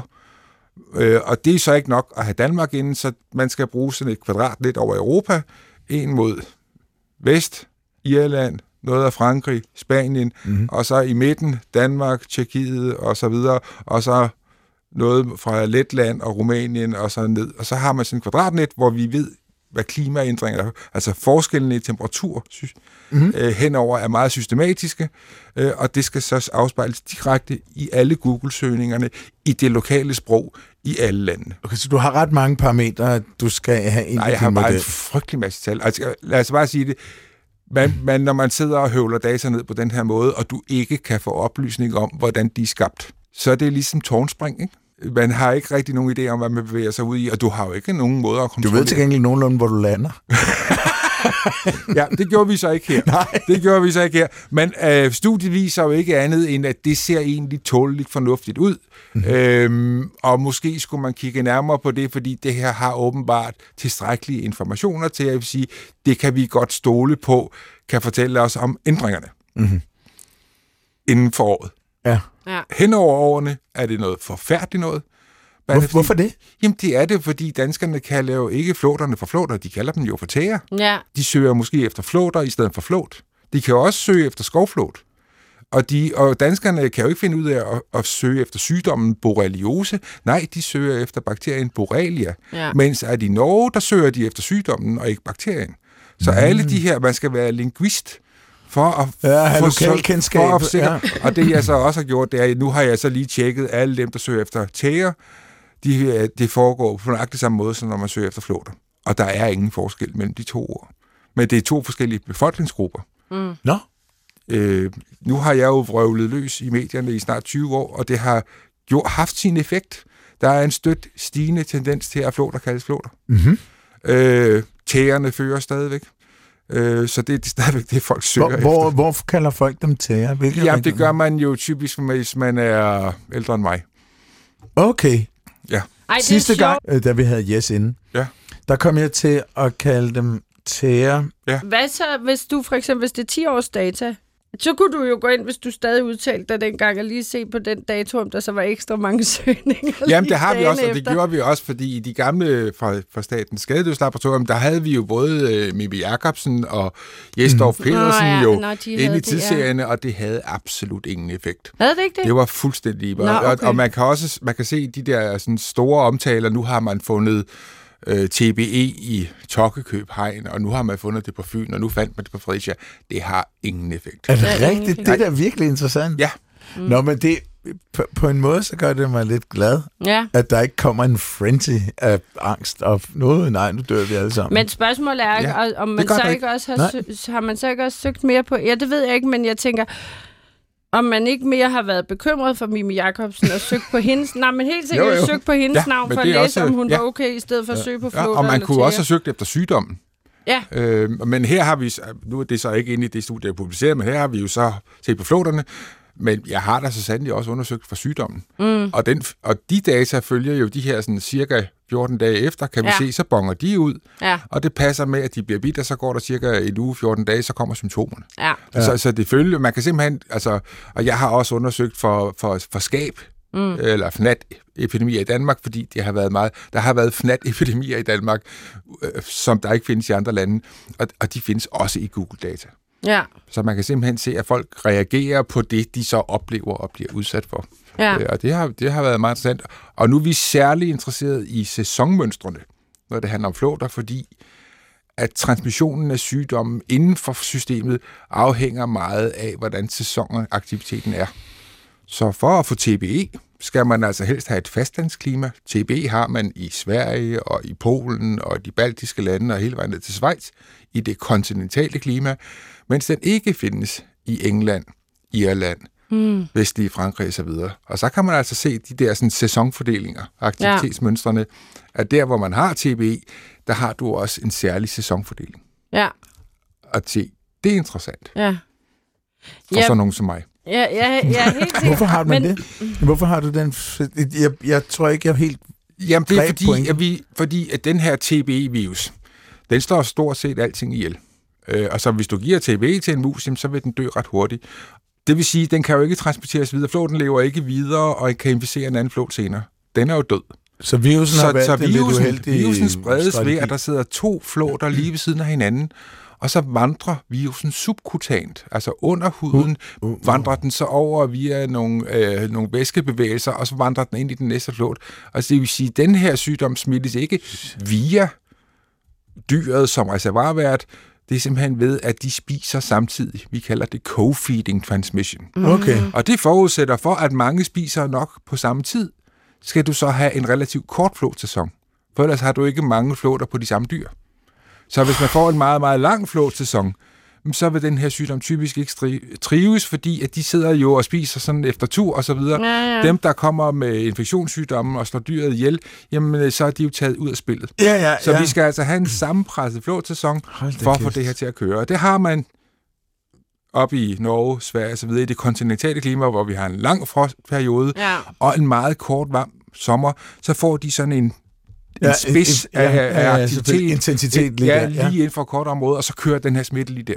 Og det er så ikke nok at have Danmark inden, så man skal bruge sådan et kvadrat lidt over Europa, en mod vest, Irland, noget af Frankrig, Spanien, og så i midten Danmark, Tjekkiet og så videre, og så noget fra Letland og Rumænien og så ned. Og så har man sådan et kvadratnet, hvor vi ved, hvad klimaændringer, altså forskellene i temperatur henover er meget systematiske, og det skal så afspejles direkte i alle Google-søgningerne i det lokale sprog i alle lande. Okay, så du har ret mange parametre, du skal have ind. Nej, jeg har bare en frygtelig masse tal. Altså, lad os bare sige det. Men når man sidder og høvler data ned på den her måde, og du ikke kan få oplysning om, hvordan de er skabt, så er det ligesom tårnspring, ikke? Man har ikke rigtig nogen idé om, hvad man bevæger sig ud i, og du har jo ikke nogen måde at kontrollere. Du ved til gengæld nogenlunde, hvor du lander. Ja, det gjorde vi så ikke her. Nej. Det gjorde vi så ikke her. Men studiet viser jo ikke andet, end at det ser egentlig tåleligt fornuftigt ud. Og måske skulle man kigge nærmere på det, fordi det her har åbenbart tilstrækkelige informationer til at sige, det kan vi godt stole på, kan fortælle os om ændringerne inden for året. Ja. Hen over årene er det noget forfærdeligt noget. Hvorfor det? Jamen, det er det, fordi danskerne kalder jo ikke flåterne for flåter, de kalder dem jo for tæger. Ja. De søger måske efter flåter i stedet for flåt. De kan jo også søge efter skovflåt. Og danskerne kan jo ikke finde ud af at søge efter sygdommen borreliose. Nej, de søger efter bakterien Borrelia. Ja. Mens at i Norge, der søger de efter sygdommen og ikke bakterien. Så alle de her, man skal være linguist for at få lokalkendskab. Og det jeg så også har gjort, det er, nu har jeg så lige tjekket alle dem, der søger efter tæger. Det foregår på nøjagtig samme måde, som når man søger efter flåter. Og der er ingen forskel mellem de 2 ord. Men det er 2 forskellige befolkningsgrupper. Nå? Nu har jeg jo vrøvlet løs i medierne i snart 20 år, og det har haft sin effekt. Der er en stødt stigende tendens til, at flåter kaldes flåter. Tægerne fører stadigvæk. Så det er stadigvæk det, folk søger efter. Hvorfor kalder folk dem tæger? Jamen, det gør man jo typisk, hvis man er ældre end mig. Okay. Ja. Ej, Sidste gang, da vi havde Jes inde, der kom jeg til at kalde dem tæger. Ja. Hvad så, hvis du for eksempel, hvis det er 10 års data, så kunne du jo gå ind, hvis du stadig udtalte dig dengang, og lige se på den dato, om der så var ekstra mange søgninger. Jamen, det har vi også, og det gjorde vi også, fordi i de gamle fra Statens Skadedyslaboratorium, der havde vi jo både Mimi Jacobsen og Jesdorf Petersen inde i tidsserierne, og det havde absolut ingen effekt. Havde det ikke det? Det var fuldstændig. Og man kan se de der sådan store omtaler, nu har man fundet TBE i Tokkekøb Hegn, og nu har man fundet det på Fyn, og nu fandt man det på Fredericia. Det har ingen effekt. Er det rigtigt? Det er da virkelig interessant. Ja. Nå, men det på en måde, så gør det mig lidt glad, at der ikke kommer en frenzy af angst og noget. Nej, nu dør vi alle sammen. Men spørgsmålet er, om man så ikke også har man så ikke også søgt mere på... Ja, det ved jeg ikke, men jeg tænker... Om man ikke mere har været bekymret for Mimi Jacobsen og søgt på hendes... Nej, men helt sikkert søgt på hendes navn for at læse, også, om hun var okay, i stedet for at søge på flåter. Og man kunne også have søgt efter sygdommen. Ja. Men her har vi... Nu er det så ikke inde i det studie, jeg publicerer, men her har vi jo så set på flåterne. Men jeg har da så sandelig også undersøgt for sygdommen. Og de data følger jo de her sådan cirka 14 dage efter, kan vi se, så bonger de ud. Ja. Og det passer med, at de bliver bidt, og så går der cirka en uge, 14 dage, så kommer symptomerne. Ja. Så det følger, man kan simpelthen, og jeg har også undersøgt for skab, eller FNAT-epidemier i Danmark, fordi der har været FNAT-epidemier i Danmark, som der ikke findes i andre lande, og de findes også i Google-data. Ja. Så man kan simpelthen se, at folk reagerer på det, de så oplever og bliver udsat for. Ja. Og det har været meget interessant. Og nu er vi særlig interesseret i sæsonmønstrene, når det handler om flåter, fordi at transmissionen af sygdommen inden for systemet afhænger meget af, hvordan sæsonaktiviteten er. Så for at få TBE, skal man altså helst have et fastlandsklima. TBE har man i Sverige og i Polen og de baltiske lande og hele vejen ned til Schweiz i det kontinentale klima, mens den ikke findes i England, Irland, vestlige Frankrig og så videre. Og så kan man altså se de der sådan, sæsonfordelinger, aktivitetsmønstrene, at der, hvor man har TBE, der har du også en særlig sæsonfordeling. Ja. Og det er interessant. Ja. For sådan nogen som mig. Ja, helt sikkert. Hvorfor har man det? Hvorfor har du den? Jeg tror ikke, jeg er helt... Jamen, det er fordi at den her TBE-virus, den slår stort set alting ihjel. Og så hvis du giver TBE til en mus, så vil den dø ret hurtigt. Det vil sige, at den kan jo ikke transporteres videre. Flåten lever ikke videre, og kan inficere en anden flåt senere. Den er jo død. Så virusen har været en lidt uheldig virusen spredes ved, at der sidder 2 flåter lige ved siden af hinanden, og så vandrer virusen subkutant, altså under huden, vandrer den så over via nogle væskebevægelser, og så vandrer den ind i den næste flåt. Og det vil sige, at den her sygdom smittes ikke via dyret som reservoirvært, det er simpelthen ved, at de spiser samtidig. Vi kalder det co-feeding transmission. Okay. Og det forudsætter for, at mange spiser nok på samme tid, skal du så have en relativt kort flåtsæson. For ellers har du ikke mange flåter på de samme dyr. Så hvis man får en meget, meget lang flåtsæson, så vil den her sygdom typisk ikke trives, fordi at de sidder jo og spiser sådan efter tur og så videre. Ja. Dem, der kommer med infektionssygdomme og slår dyret ihjel, jamen så er de jo taget ud af spillet. Så vi skal altså have en sammenpresset flåtsæson for at få det her til at køre. Og det har man op i Norge, Sverige og så videre i det kontinentale klima, hvor vi har en lang frostperiode og en meget kort varm sommer, så får de sådan en spids af aktivitet, intensitet lige inden for et kort område, og så kører den her smitte lige der.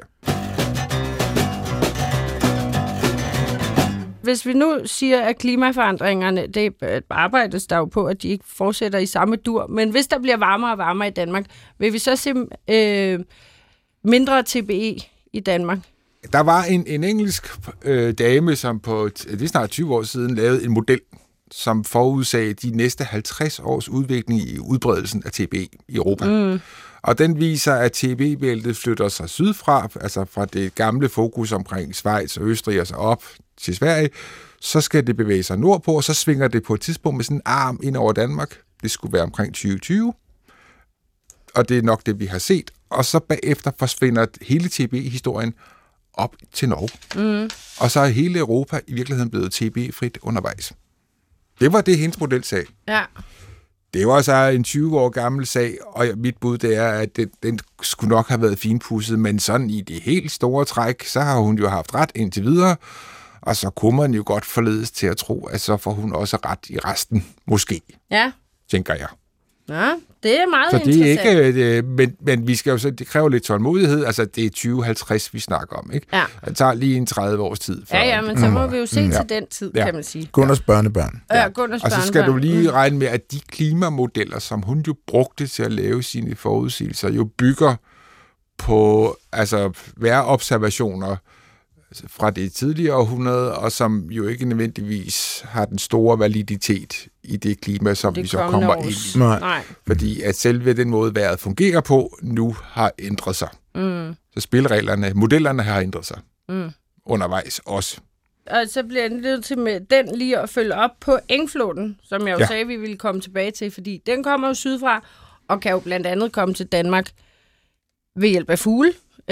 Hvis vi nu siger, at klimaforandringerne, det arbejdes der jo på, at de ikke fortsætter i samme dur, men hvis der bliver varmere og varmere i Danmark, vil vi så se mindre TBE i Danmark? Der var en engelsk dame, som det er snart 20 år siden lavede en model, som forudsagde de næste 50 års udvikling i udbredelsen af TB i Europa. Og den viser, at TB-bæltet flytter sig sydfra, altså fra det gamle fokus omkring Schweiz og Østrig og så op til Sverige, så skal det bevæge sig nordpå, og så svinger det på et tidspunkt med sådan en arm ind over Danmark. Det skulle være omkring 2020, og det er nok det, vi har set. Og så bagefter forsvinder hele TB-historien op til Norge. Og så er hele Europa i virkeligheden blevet TB-frit undervejs. Det var det, hendes model sagde. Ja. Det var så en 20 år gammel sag, og mit bud det er, at den skulle nok have været finpudset, men sådan i det helt store træk, så har hun jo haft ret indtil videre, og så kunne man jo godt forledes til at tro, at så får hun også ret i resten, måske. Ja. Tænker jeg. Ja, det er meget så det interessant. er ikke, men vi skal jo så, det kræver lidt tålmodighed, altså det er 2050, vi snakker om, ikke? Ja. Det tager lige en 30 års tid. Ja, men så må vi jo se til den tid, kan man sige. Gunners børnebørn. Ja, Gunners og så skal du lige regne med, at de klimamodeller, som hun jo brugte til at lave sine forudsigelser, jo bygger på vejrobservationer fra det tidligere århundrede, og som jo ikke nødvendigvis har den store validitet i det klima, som vi så kommer ind i. Nej. Fordi at selve den måde, vejret fungerer på, nu har ændret sig. Så spilreglerne, modellerne har ændret sig undervejs også. Og så bliver jeg nødt til med den lige at følge op på Engfloden, som jeg jo sagde, vi ville komme tilbage til, fordi den kommer jo sydfra, og kan jo blandt andet komme til Danmark ved hjælp af fugle.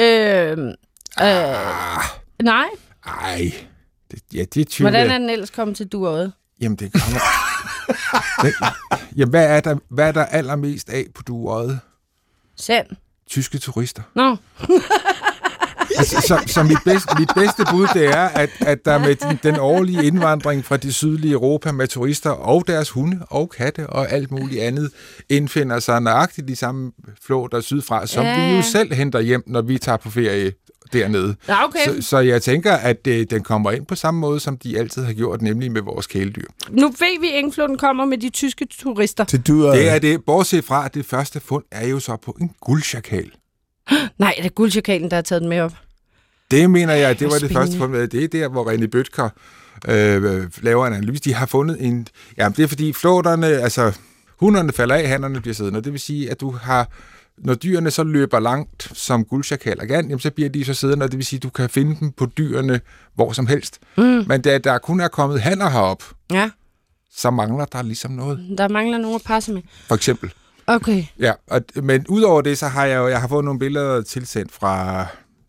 Nej. Ej. Det tvivler. Hvordan er den ellers kommet til Duerøde? Jamen, det kommer... Jamen, hvad er der allermest af på Duerøde? Sand. Tyske turister. Nå. Så mit bedste bud, det er, at der med den årlige indvandring fra det sydlige Europa med turister og deres hunde og katte og alt muligt andet, indfinder sig nøjagtigt de samme flåter sydfra, som vi jo selv henter hjem, når vi tager på ferie dernede. Ja, okay. Så jeg tænker, at den kommer ind på samme måde, som de altid har gjort, nemlig med vores kæledyr. Nu ved vi, at Engflåten kommer med de tyske turister. Det er det. Bortset fra, at det første fund er jo så på en guldsjakal. Nej, det er guldsjakalen, der har taget den med op. Det mener jeg, det var det første fund. Det er der, hvor René Bødker laver en analyse. De har fundet en... Ja, det er fordi flåterne, altså hunderne falder af, hannerne bliver siddende. Det vil sige, at du har... Når dyrene så løber langt, som guldsjakaler kan, jamen, så bliver de så siddende, og det vil sige, at du kan finde dem på dyrene hvor som helst. Men da der kun er kommet hanner herop, så mangler der ligesom noget. Der mangler nogen at passe med. For eksempel. Okay. Ja, men udover det, så har jeg har fået nogle billeder tilsendt fra,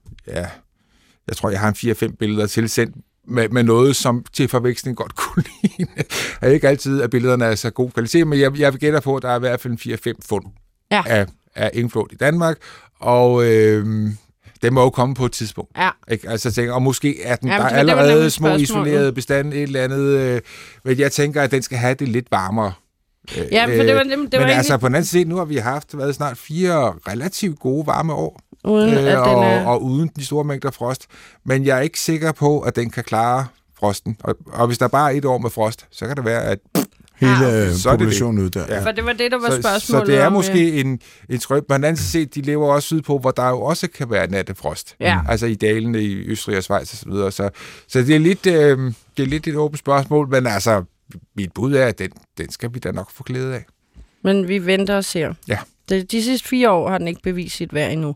jeg tror, jeg har 4-5 billeder tilsendt med noget, som til forveksling godt kunne ligne. Jeg er ikke altid, at billederne er så god kvalitet, men jeg vil gætte på, at der er i hvert fald 4-5 fund af engflåt i Danmark, og den må jo komme på et tidspunkt. Ja. Ikke? Altså, jeg tænker, og måske er den der allerede små isolerede bestand, et eller andet, men jeg tænker, at den skal have det lidt varmere. Ja, for det var men egentlig... altså, på den anden side, nu har vi haft snart 4 relativt gode varme år, og uden de store mængder frost, men jeg er ikke sikker på, at den kan klare frosten. Og hvis der bare er 1 år med frost, så kan det være, at hele populationen ud der. Ja. For det var det, der var spørgsmålet. Så det er måske en skrøb. Men anden set, de lever også sydpå, hvor der jo også kan være nattefrost. Ja. Altså i dalene i Østrig og Schweiz og så videre. Så det er lidt et åbent spørgsmål, men altså, mit bud er, at den skal vi da nok få glæde af. Men vi venter og ser. Ja. De sidste 4 år har den ikke bevist sit værd endnu.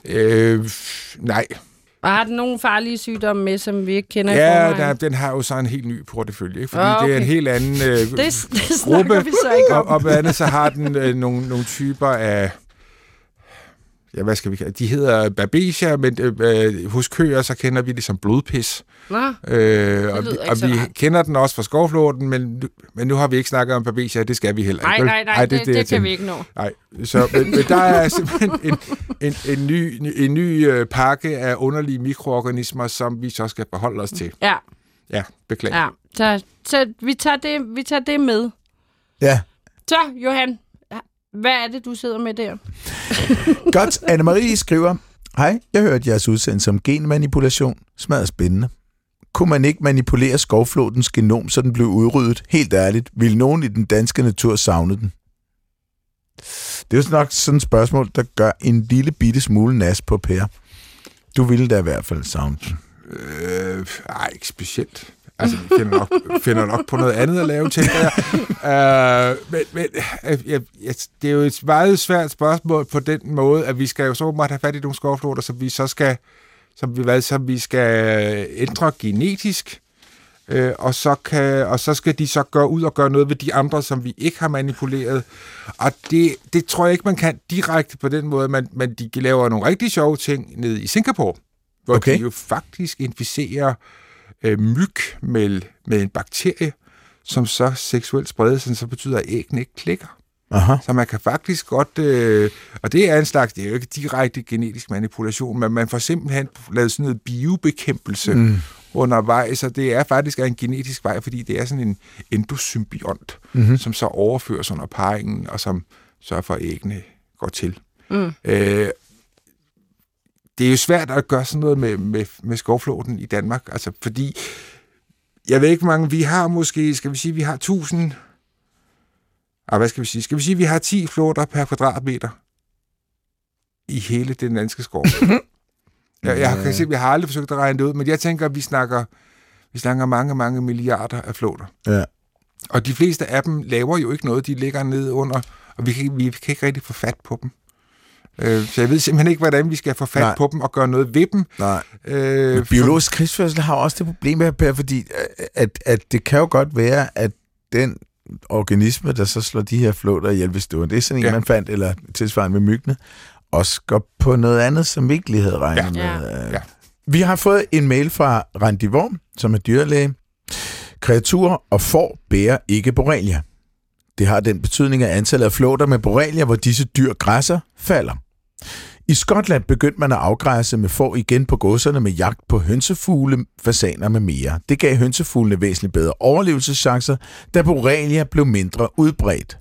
Nej. Og har den nogle farlige sygdomme med, som vi ikke kender i forvejen? Den har jo så en helt ny portefølje, ikke? Fordi det er en helt anden det gruppe. Vi så ikke om. Og blandt andet så har den nogle typer af... Ja, hvad skal vi kalde? De hedder babesia, men hos køer, så kender vi det som blodpis. Og vi kender den også fra skovflåten, men nu har vi ikke snakket om babesia, det skal vi heller ikke. Nej, det kan vi ikke nå. Nej, så men der er simpelthen en ny pakke af underlige mikroorganismer, som vi så skal forholde os til. Ja, beklager. Ja, så vi tager det med. Ja. Så, Johan, hvad er det, du sidder med der? Godt, Anne-Marie skriver, hej, jeg hørte jeres udsendelse om genmanipulation. Smadret spændende. Kunne man ikke manipulere skovflåtens genom, så den blev udryddet? Helt ærligt, ville nogen i den danske natur savne den? Det er jo nok sådan et spørgsmål, der gør en lille bitte smule nas på Per. Du ville da i hvert fald savne den. Ikke specielt. Altså, vi finder nok på noget andet at lave, tænker jeg. Men det er jo et meget svært spørgsmål på den måde, at vi skal jo så meget have fat i nogle skovflåter, som vi skal ændre genetisk, og så skal de så gøre noget ved de andre, som vi ikke har manipuleret. Og det tror jeg ikke, man kan direkte på den måde, men de laver nogle rigtig sjove ting nede i Singapore, hvor de jo faktisk inficerer myg med en bakterie, som så seksuelt spredes, så betyder, at æggene ikke klikker. Aha. Så man kan faktisk godt, og det er en slags, det er jo ikke direkte genetisk manipulation, men man får simpelthen lavet sådan noget biobekæmpelse undervejs, så det er faktisk en genetisk vej, fordi det er sådan en endosymbiont, som så overføres under parringen, og som sørger for, at æggene går til. Det er jo svært at gøre sådan noget med skovflåten i Danmark, altså fordi, jeg ved ikke hvor mange, vi har måske, skal vi sige, vi har 1000, hvad skal vi sige? Skal vi sige, vi har 10 flåter per kvadratmeter i hele den danske skov? Jeg kan se, vi har aldrig forsøgt at regne det ud, men jeg tænker, at vi snakker mange, mange milliarder af flåter. Ja. Og de fleste af dem laver jo ikke noget, de ligger nede under, og vi kan ikke rigtig få fat på dem. Så jeg ved simpelthen ikke, hvordan vi skal få fat på dem og gøre noget ved dem. Nej. Biologisk krigsførsel har også det problem her, Per, fordi at det kan jo godt være, at den organisme, der så slår de her flåter ihjel, hvis det er sådan en, man fandt, eller tilsvarende med myggene, også går på noget andet, som vi ikke lige havde regnet med. Ja. Vi har fået en mail fra Randi Worm, som er dyrlæge. Kreaturer og får bærer ikke borrelia. Det har den betydning, at antallet af flåter med borrelia, hvor disse dyr græsser, falder. I Skotland begyndte man at afgræsse med får igen på godserne med jagt på hønsefugle, fasaner med mere. Det gav hønsefuglene væsentligt bedre overlevelseschancer, da Borrelia blev mindre udbredt.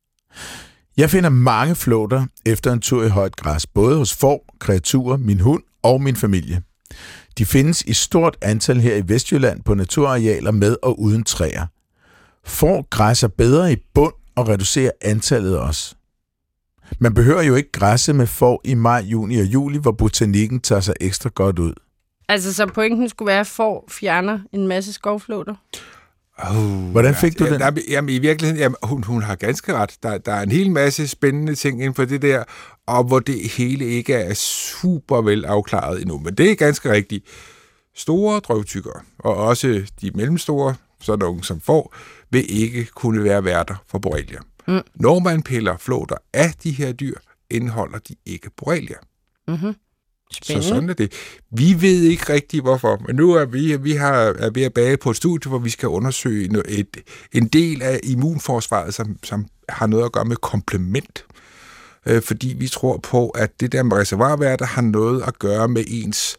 Jeg finder mange flåter efter en tur i højt græs, både hos får, kreaturer, min hund og min familie. De findes i stort antal her i Vestjylland på naturarealer med og uden træer. Får græsser bedre i bund og reducerer antallet også. Man behøver jo ikke græsse med får i maj, juni og juli, hvor botanikken tager sig ekstra godt ud. Altså, så pointen skulle være, at får fjerner en masse skovflåter? Hvordan fik du den? Jamen, i virkeligheden, hun har ganske ret. Der er en hel masse spændende ting inden for det der, og hvor det hele ikke er super vel afklaret endnu. Men det er ganske rigtigt. Store drøvtyggere, og også de mellemstore, sådan nogle som får, vil ikke kunne være værter for Borrelia. Når man piller flåter af de her dyr, indeholder de ikke Borrelia. Mm-hmm. Så sådan er det. Vi ved ikke rigtigt, hvorfor, men nu er vi er ved at bage på et studie, hvor vi skal undersøge en del af immunforsvaret, som har noget at gøre med komplement. Fordi vi tror på, at det der med reservoirværter har noget at gøre med ens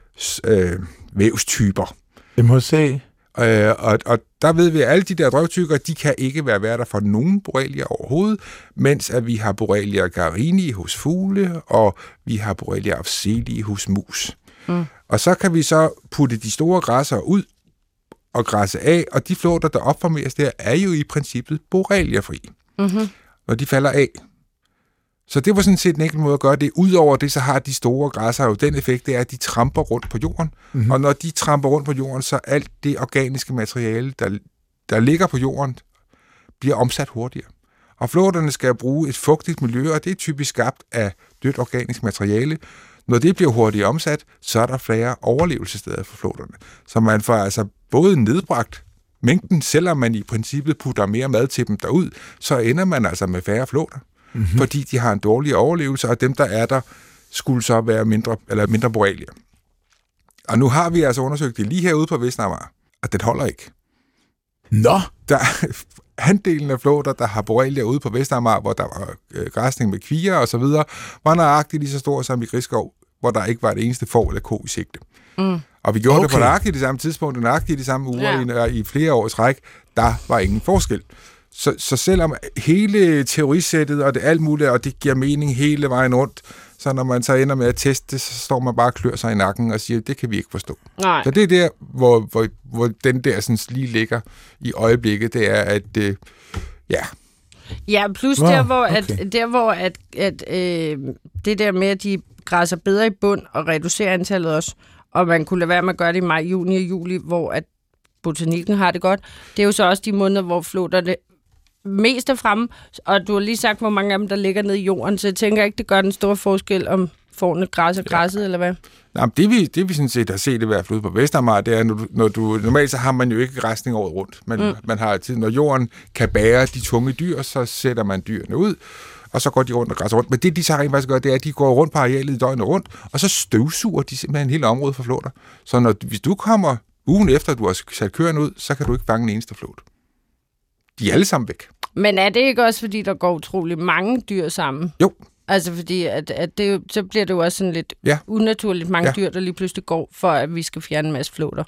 vævstyper. MHC? Og der ved vi, at alle de der drøvtyggere, de kan ikke være værter for nogen Borrelia overhovedet, mens at vi har Borrelia garini hos fugle, og vi har Borrelia afzeli hos mus. Og så kan vi så putte de store græsser ud og græsse af, og de flåter, der opformeres der, er jo i princippet Borrelia-fri, når de falder af. Så det var sådan set en enkelt måde at gøre det. Udover det, så har de store græsser jo den effekt, det er, at de tramper rundt på jorden. Mm-hmm. Og når de tramper rundt på jorden, så alt det organiske materiale, der ligger på jorden, bliver omsat hurtigere. Og flåterne skal bruge et fugtigt miljø, og det er typisk skabt af dødt organisk materiale. Når det bliver hurtigt omsat, så er der flere overlevelsessteder for flåterne. Så man får altså både nedbragt mængden, selvom man i princippet putter mere mad til dem derud, så ender man altså med færre flåter. Mm-hmm. Fordi de har en dårlig overlevelse, og dem, der er der, skulle så være mindre Borrelia. Og nu har vi altså undersøgt det lige herude på Vestamager, og det holder ikke. Nå! Der andelen af flåter, der har Borrelia ude på Vestamager, hvor der var græsning med kvier og så videre, var nøjagtigt lige så stor som i Gribskov, hvor der ikke var det eneste får eller ko i sigte. Og vi gjorde det på nøjagtigt det samme tidspunkt, nøjagtigt de samme uger i flere år i træk. Der var ingen forskel. Så selvom hele teorisættet og det alt muligt, og det giver mening hele vejen rundt, så når man så ender med at teste det, så står man bare og klør sig i nakken og siger, det kan vi ikke forstå. Nej. Så det er der, hvor den der sådan lige ligger i øjeblikket, det er, at Ja, plus der, hvor det der med, at de græsser bedre i bund og reducerer antallet også, og man kunne lade være med at gøre det i maj, juni og juli, hvor at botanikken har det godt. Det er jo så også de måneder, hvor flåterne mest er fremme, og du har lige sagt, hvor mange af dem, der ligger nede i jorden, så jeg tænker ikke, det gør den store forskel, om fårene græsser græsset, eller hvad? Nej, det vi sådan set har set i hvert fald ude på Vestamager, det er, normalt så har man jo ikke græsning året rundt, men man har altid, når jorden kan bære de tunge dyr, så sætter man dyrene ud, og så går de rundt og græsser rundt. Men det, de så rent faktisk gør, det er, at de går rundt på arealet i døgnet rundt, og så støvsuger de simpelthen hele området for flåter. Så hvis du kommer ugen efter, du har sat køerne ud, så kan du ikke fange en eneste flåt. De er alle sammen væk. Men er det ikke også, fordi der går utrolig mange dyr sammen? Jo. Altså fordi, at det, så bliver det jo også sådan lidt unaturligt mange dyr, der lige pludselig går, for at vi skal fjerne en masse flåter.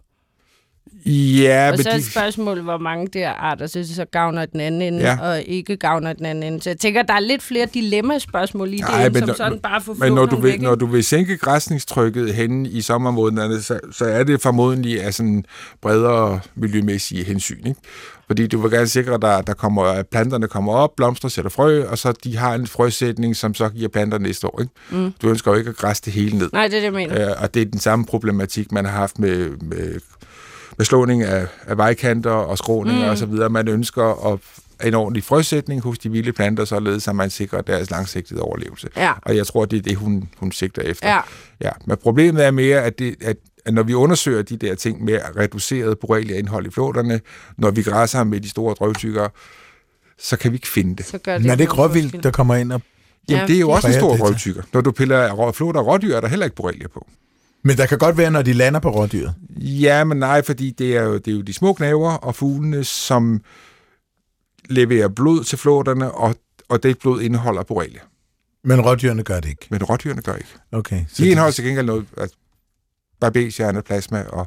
Ja, og så er et spørgsmål, hvor mange der arter så gavner den anden ende, og ikke gavner den anden ende. Så jeg tænker, der er lidt flere dilemma-spørgsmål lige det, som sådan bare får flåterne væk. Når du vil sænke græsningstrykket henne i sommermånederne, så er det formodentlig af sådan bredere miljømæssige hensyn, ikke? Fordi du vil gerne sikre, at planterne kommer op, blomster sætter frø, og så de har en frøsætning, som så giver planter næste år. Ikke? Du ønsker jo ikke at græsse det hele ned. Nej, det er det, jeg mener. Og det er den samme problematik, man har haft med slåning af vejkanter og skråninger og så videre. Man ønsker en ordentlig frøsætning hos de vilde planter, således at man sikrer deres langsigtede overlevelse. Ja. Og jeg tror, det er det, hun sigter efter. Ja. Men problemet er mere, at når vi undersøger de der ting med reduceret Borrelia-indhold i flåterne, når vi græsser med de store drøvtyggere, så kan vi ikke finde det. Men er det gråvildt, der kommer ind og... Jamen, det er jo også en stor drøvtykker. Når du piller flåter og rådyr, er der heller ikke Borrelia på. Men der kan godt være, når de lander på rådyret. Ja, men nej, fordi det er jo de små gnavere og fuglene, som leverer blod til flåterne, og det blod indeholder Borrelia. Men rådyrene gør det ikke? Men rådyrene gør ikke. Okay. De indeholder til gengæld noget barbershjerne, plasma og...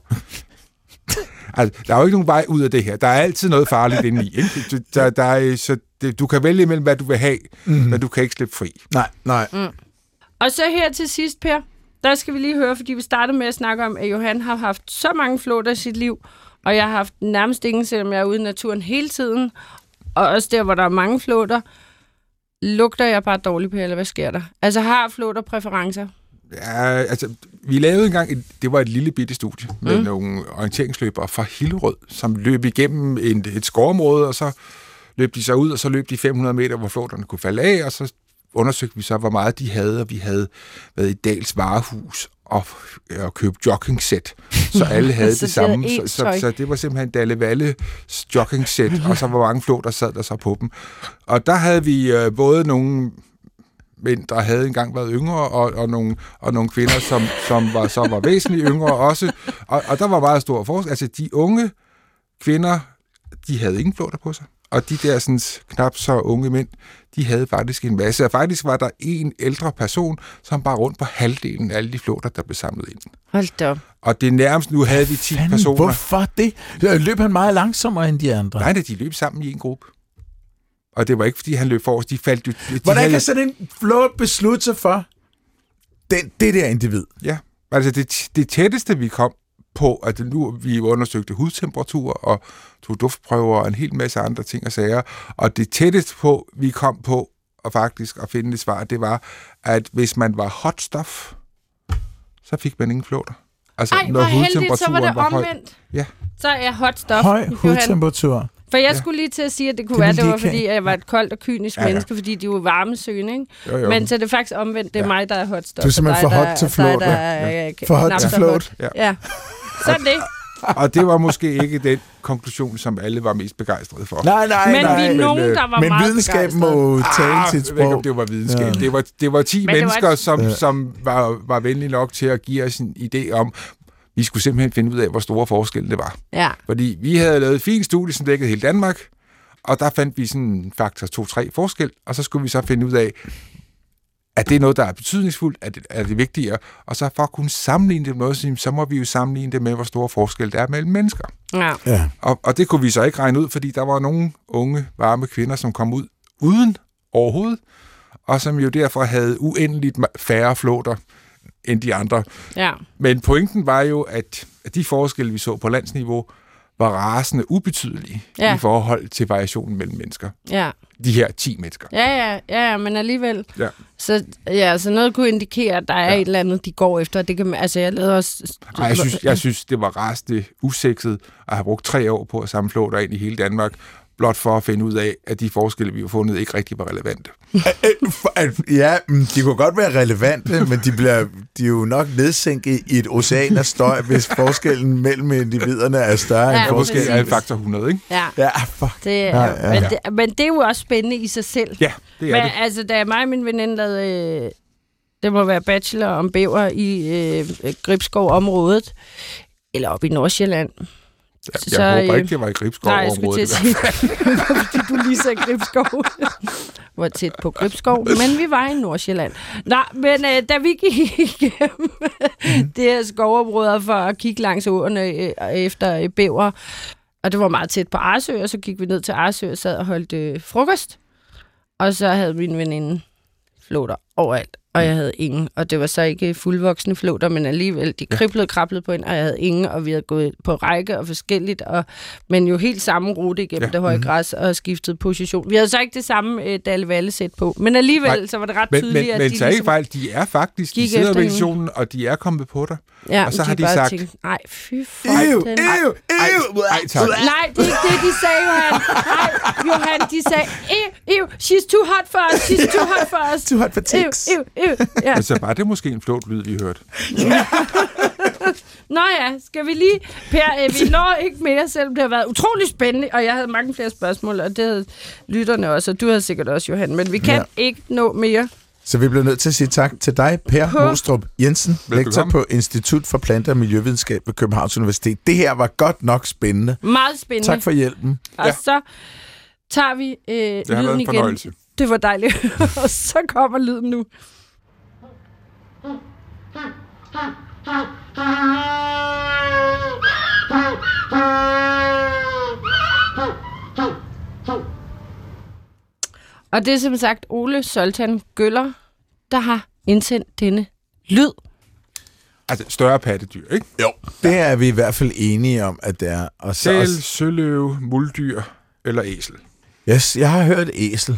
Altså, der er jo ikke nogen vej ud af det her. Der er altid noget farligt inde i. Ikke? Du kan vælge mellem, hvad du vil have, men du kan ikke slippe fri. Nej. Og så her til sidst, Per, der skal vi lige høre, fordi vi startede med at snakke om, at Johan har haft så mange flåter i sit liv, og jeg har haft nærmest ingen, selvom jeg er ude i naturen hele tiden, og også der, hvor der er mange flåter, lugter jeg bare dårligt på, eller hvad sker der? Altså, har flåter præferencer? Ja, altså, vi lavede engang, det var et lille bitte studie med nogle orienteringsløbere fra Hillerød, som løb igennem et skovområde, og så løb de så ud, og så løb de 500 meter, hvor flåterne kunne falde af, og så undersøgte vi så, hvor meget de havde, og vi havde været i Dahls varehus og købt jogging-sæt, så alle havde det samme. Så det var simpelthen Dalle Valle jogging-sæt, og så hvor mange flåter sad der så på dem. Og der havde vi både nogle mænd, der havde engang været yngre, og nogle kvinder, som var væsentligt yngre også. Og der var meget stor forskel. Altså, de unge kvinder, de havde ingen flåter på sig. Og de der sådan, knap så unge mænd, de havde faktisk en masse. Og faktisk var der en ældre person, som bare rundt på halvdelen af alle de flåter, der blev samlet ind. Hold da op. Og det nærmest nu havde vi 10 personer. Hvorfor det? Løb han meget langsommere end de andre? Nej, de løb sammen i en gruppe. Og det var ikke, fordi han løb forrest. De faldt jo... Hvordan kan sådan en flåt beslutte sig for det der individ? Ja, altså det tætteste, vi kom på, at nu vi undersøgte hudtemperatur og tog duftprøver og en hel masse andre ting og sager, og det tætteste på, vi kom på og faktisk at finde et svar, det var, at hvis man var hot stuff, så fik man ingen flåter. Altså, ej, hvor heldigt, så var det omvendt. Ja. Så er jeg hot stuff. Høj hudtemperatur. For jeg skulle lige til at sige, at det kunne være, det var fordi, jeg var et koldt og kynisk menneske, fordi de var varmesøgende, ikke? Jo. Men så er det faktisk omvendt, det er mig, der er hot stuff. Du er simpelthen for hot til flåt. For hot til flåt. Ja. Sådan det. Og det var måske ikke den konklusion, som alle var mest begejstrede for. Nej. Men vi er nogen, der var men meget videnskab må tale sit sprog. Jeg ved ikke, om det var videnskab. Ja. Det var 10 mennesker, som var venlige nok til at give os en idé om, vi skulle simpelthen finde ud af, hvor store forskelle det var. Ja. Fordi vi havde lavet et fint studie, som dækkede hele Danmark, og der fandt vi sådan faktor 2-3 forskel, og så skulle vi så finde ud af, at det er noget, der er betydningsfuldt, er det vigtigere, og så for at kunne sammenligne det med noget, så må vi jo sammenligne det med, hvor store forskel der er mellem mennesker. Ja. Og det kunne vi så ikke regne ud, fordi der var nogle unge, varme kvinder, som kom ud uden overhovedet, og som jo derfor havde uendeligt færre flåter end de andre. Ja. Men pointen var jo, at de forskelle, vi så på landsniveau, var rasende ubetydelige i forhold til variationen mellem mennesker. Ja. De her 10 mennesker. Ja, men alligevel. Ja. Så noget kunne indikere, at der er et eller andet, de går efter. Det kan, altså, jeg lavede også... Jeg synes, det var rasende usekset at have brugt 3 år på at samle flåter ind i hele Danmark, blot for at finde ud af, at de forskelle, vi har fundet, ikke rigtig var relevante. Ja, de kunne godt være relevante, men de er jo nok nedsænket i et ocean af støj, hvis forskellen mellem individerne er større end forskellen. Måske er faktor 100, ikke? Ja, fuck. Men det er jo også spændende i sig selv. Ja, det er det. Altså, da mig og min veninde lavede, det må være bachelor om bæver i Gribskov-området, eller op i Nordsjælland. Jeg håber ikke, det var i Gribskov-området. Nej, jeg skulle til at sige, fordi du lige sagde Gribskov. Var tæt på Gribskov, men vi var i Nordsjælland. Nej, men da vi gik igennem det her skovområder for at kigge langs åerne efter bæver, og det var meget tæt på Arsø, og så gik vi ned til Arsø og sad og holdt frokost, og så havde min veninde flåter overalt, og jeg havde ingen. Og det var så ikke fuldvoksne flåter, men alligevel, de krablede på en, og jeg havde ingen, og vi havde gået på række og forskelligt, men jo helt samme rute igennem det høje græs og skiftet position. Vi havde så ikke det samme Dalle Valle-sæt på, men alligevel så var det ret tydeligt, at de så ikke fejl, de er faktisk, de sidder ved missionen, og de er kommet på dig. Ja, og så har de sagt... Nej, fy for Nej, tak. tak. Nej, det er ikke det, de sagde, Johan. Nej, Johan, de sagde, she's too hot for us, she's too hot for us. Too hot for ticks. Ja. Altså, var det måske en flot lyd, vi hørte? Nå ja, skal vi lige... Per, vi når ikke mere, selvom det har været utrolig spændende, og jeg havde mange flere spørgsmål, og det havde lytterne også, og du havde sikkert også, Johan, men vi kan ikke nå mere. Så vi bliver nødt til at sige tak til dig, Per Mostrup Jensen, lektor på Institut for Plante- og Miljøvidenskab ved Københavns Universitet. Det her var godt nok spændende. Meget spændende. Tak for hjælpen. Og så tager vi lyden igen. det var dejligt. Og så kommer lyden nu. Og det er som sagt Ole Zoltan Gøller, der har indsendt denne lyd. Altså større pattedyr, ikke? Jo, det er vi i hvert fald enige om, at det er. Og sæl, søløve, muldyr eller æsel. Yes, jeg har hørt æsel.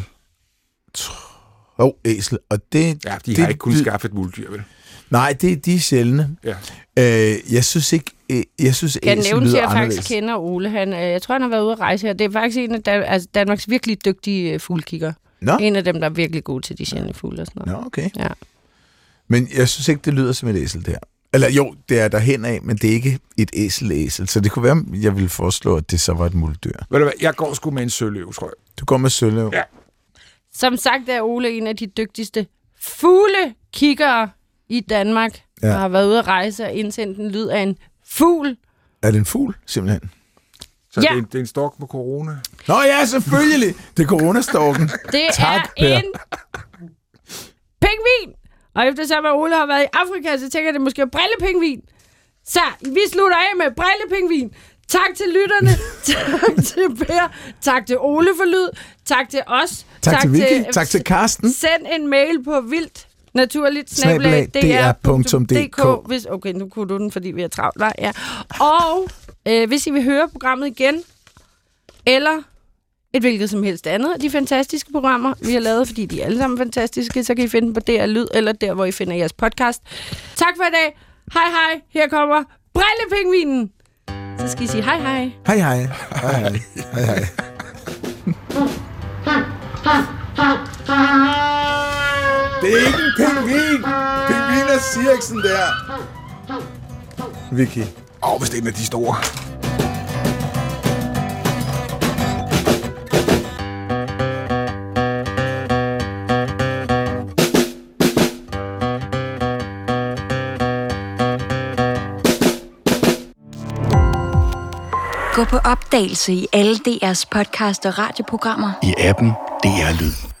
Æsel. Og det, ja, de har ikke kunnet skaffe et muldyr, vel? Nej, de er sjældne. Ja. Jeg synes ikke, æsel lyder anderledes. Jeg nævnte, at jeg faktisk kender Ole. Jeg tror, han har været ude at rejse her. Det er faktisk en af Danmarks virkelig dygtige fuglekigger. En af dem, der er virkelig gode til de sjældne fugle og sådan noget. Nå, okay. Ja. Men jeg synes ikke, det lyder som et æsel der. Eller jo, det er derhen af, men det er ikke et æsel. Så det kunne være, jeg ville foreslå, at det så var et muldyr. Ved du hvad, jeg går sgu med en søløve, tror jeg. Du går med søløve? Ja. Som sagt er Ole en af de dygtigste fuglekiggere i Danmark, der har været ude at rejse og indsendt en lyd af en fugl. Er det en fugl, simpelthen? Så det er en stork med corona? Nå ja, selvfølgelig! Det er coronastorken. Det tak, er en pingvin! Og eftersom Ole har været i Afrika, så tænker jeg, det måske er brillepingvin. Så vi slutter af med brillepingvin. Tak til lytterne. Tak til Per. Tak til Ole for lyd. Tak til os. Tak til Vicky. Tak til Karsten. Send en mail på vildt@dr.dk. Hvis okay, nu kunne du den, fordi vi er travlt. Nej, ja. Og hvis I vil høre programmet igen, eller et hvilket som helst andet af de fantastiske programmer, vi har lavet, fordi de er alle sammen fantastiske, så kan I finde på DR Lyd, eller der, hvor I finder jeres podcast. Tak for i dag. Hej hej. Her kommer Brillepingvinen. Så skal I sige hej hej. Hej hej. Hej hej. Hej hej. Det er ikke en pingvin. Pingviner siger ikke sådan der. Vicky. Hvis det er en af de store. Gå på opdagelse i alle DR's podcast og radioprogrammer. I appen DR Lyd.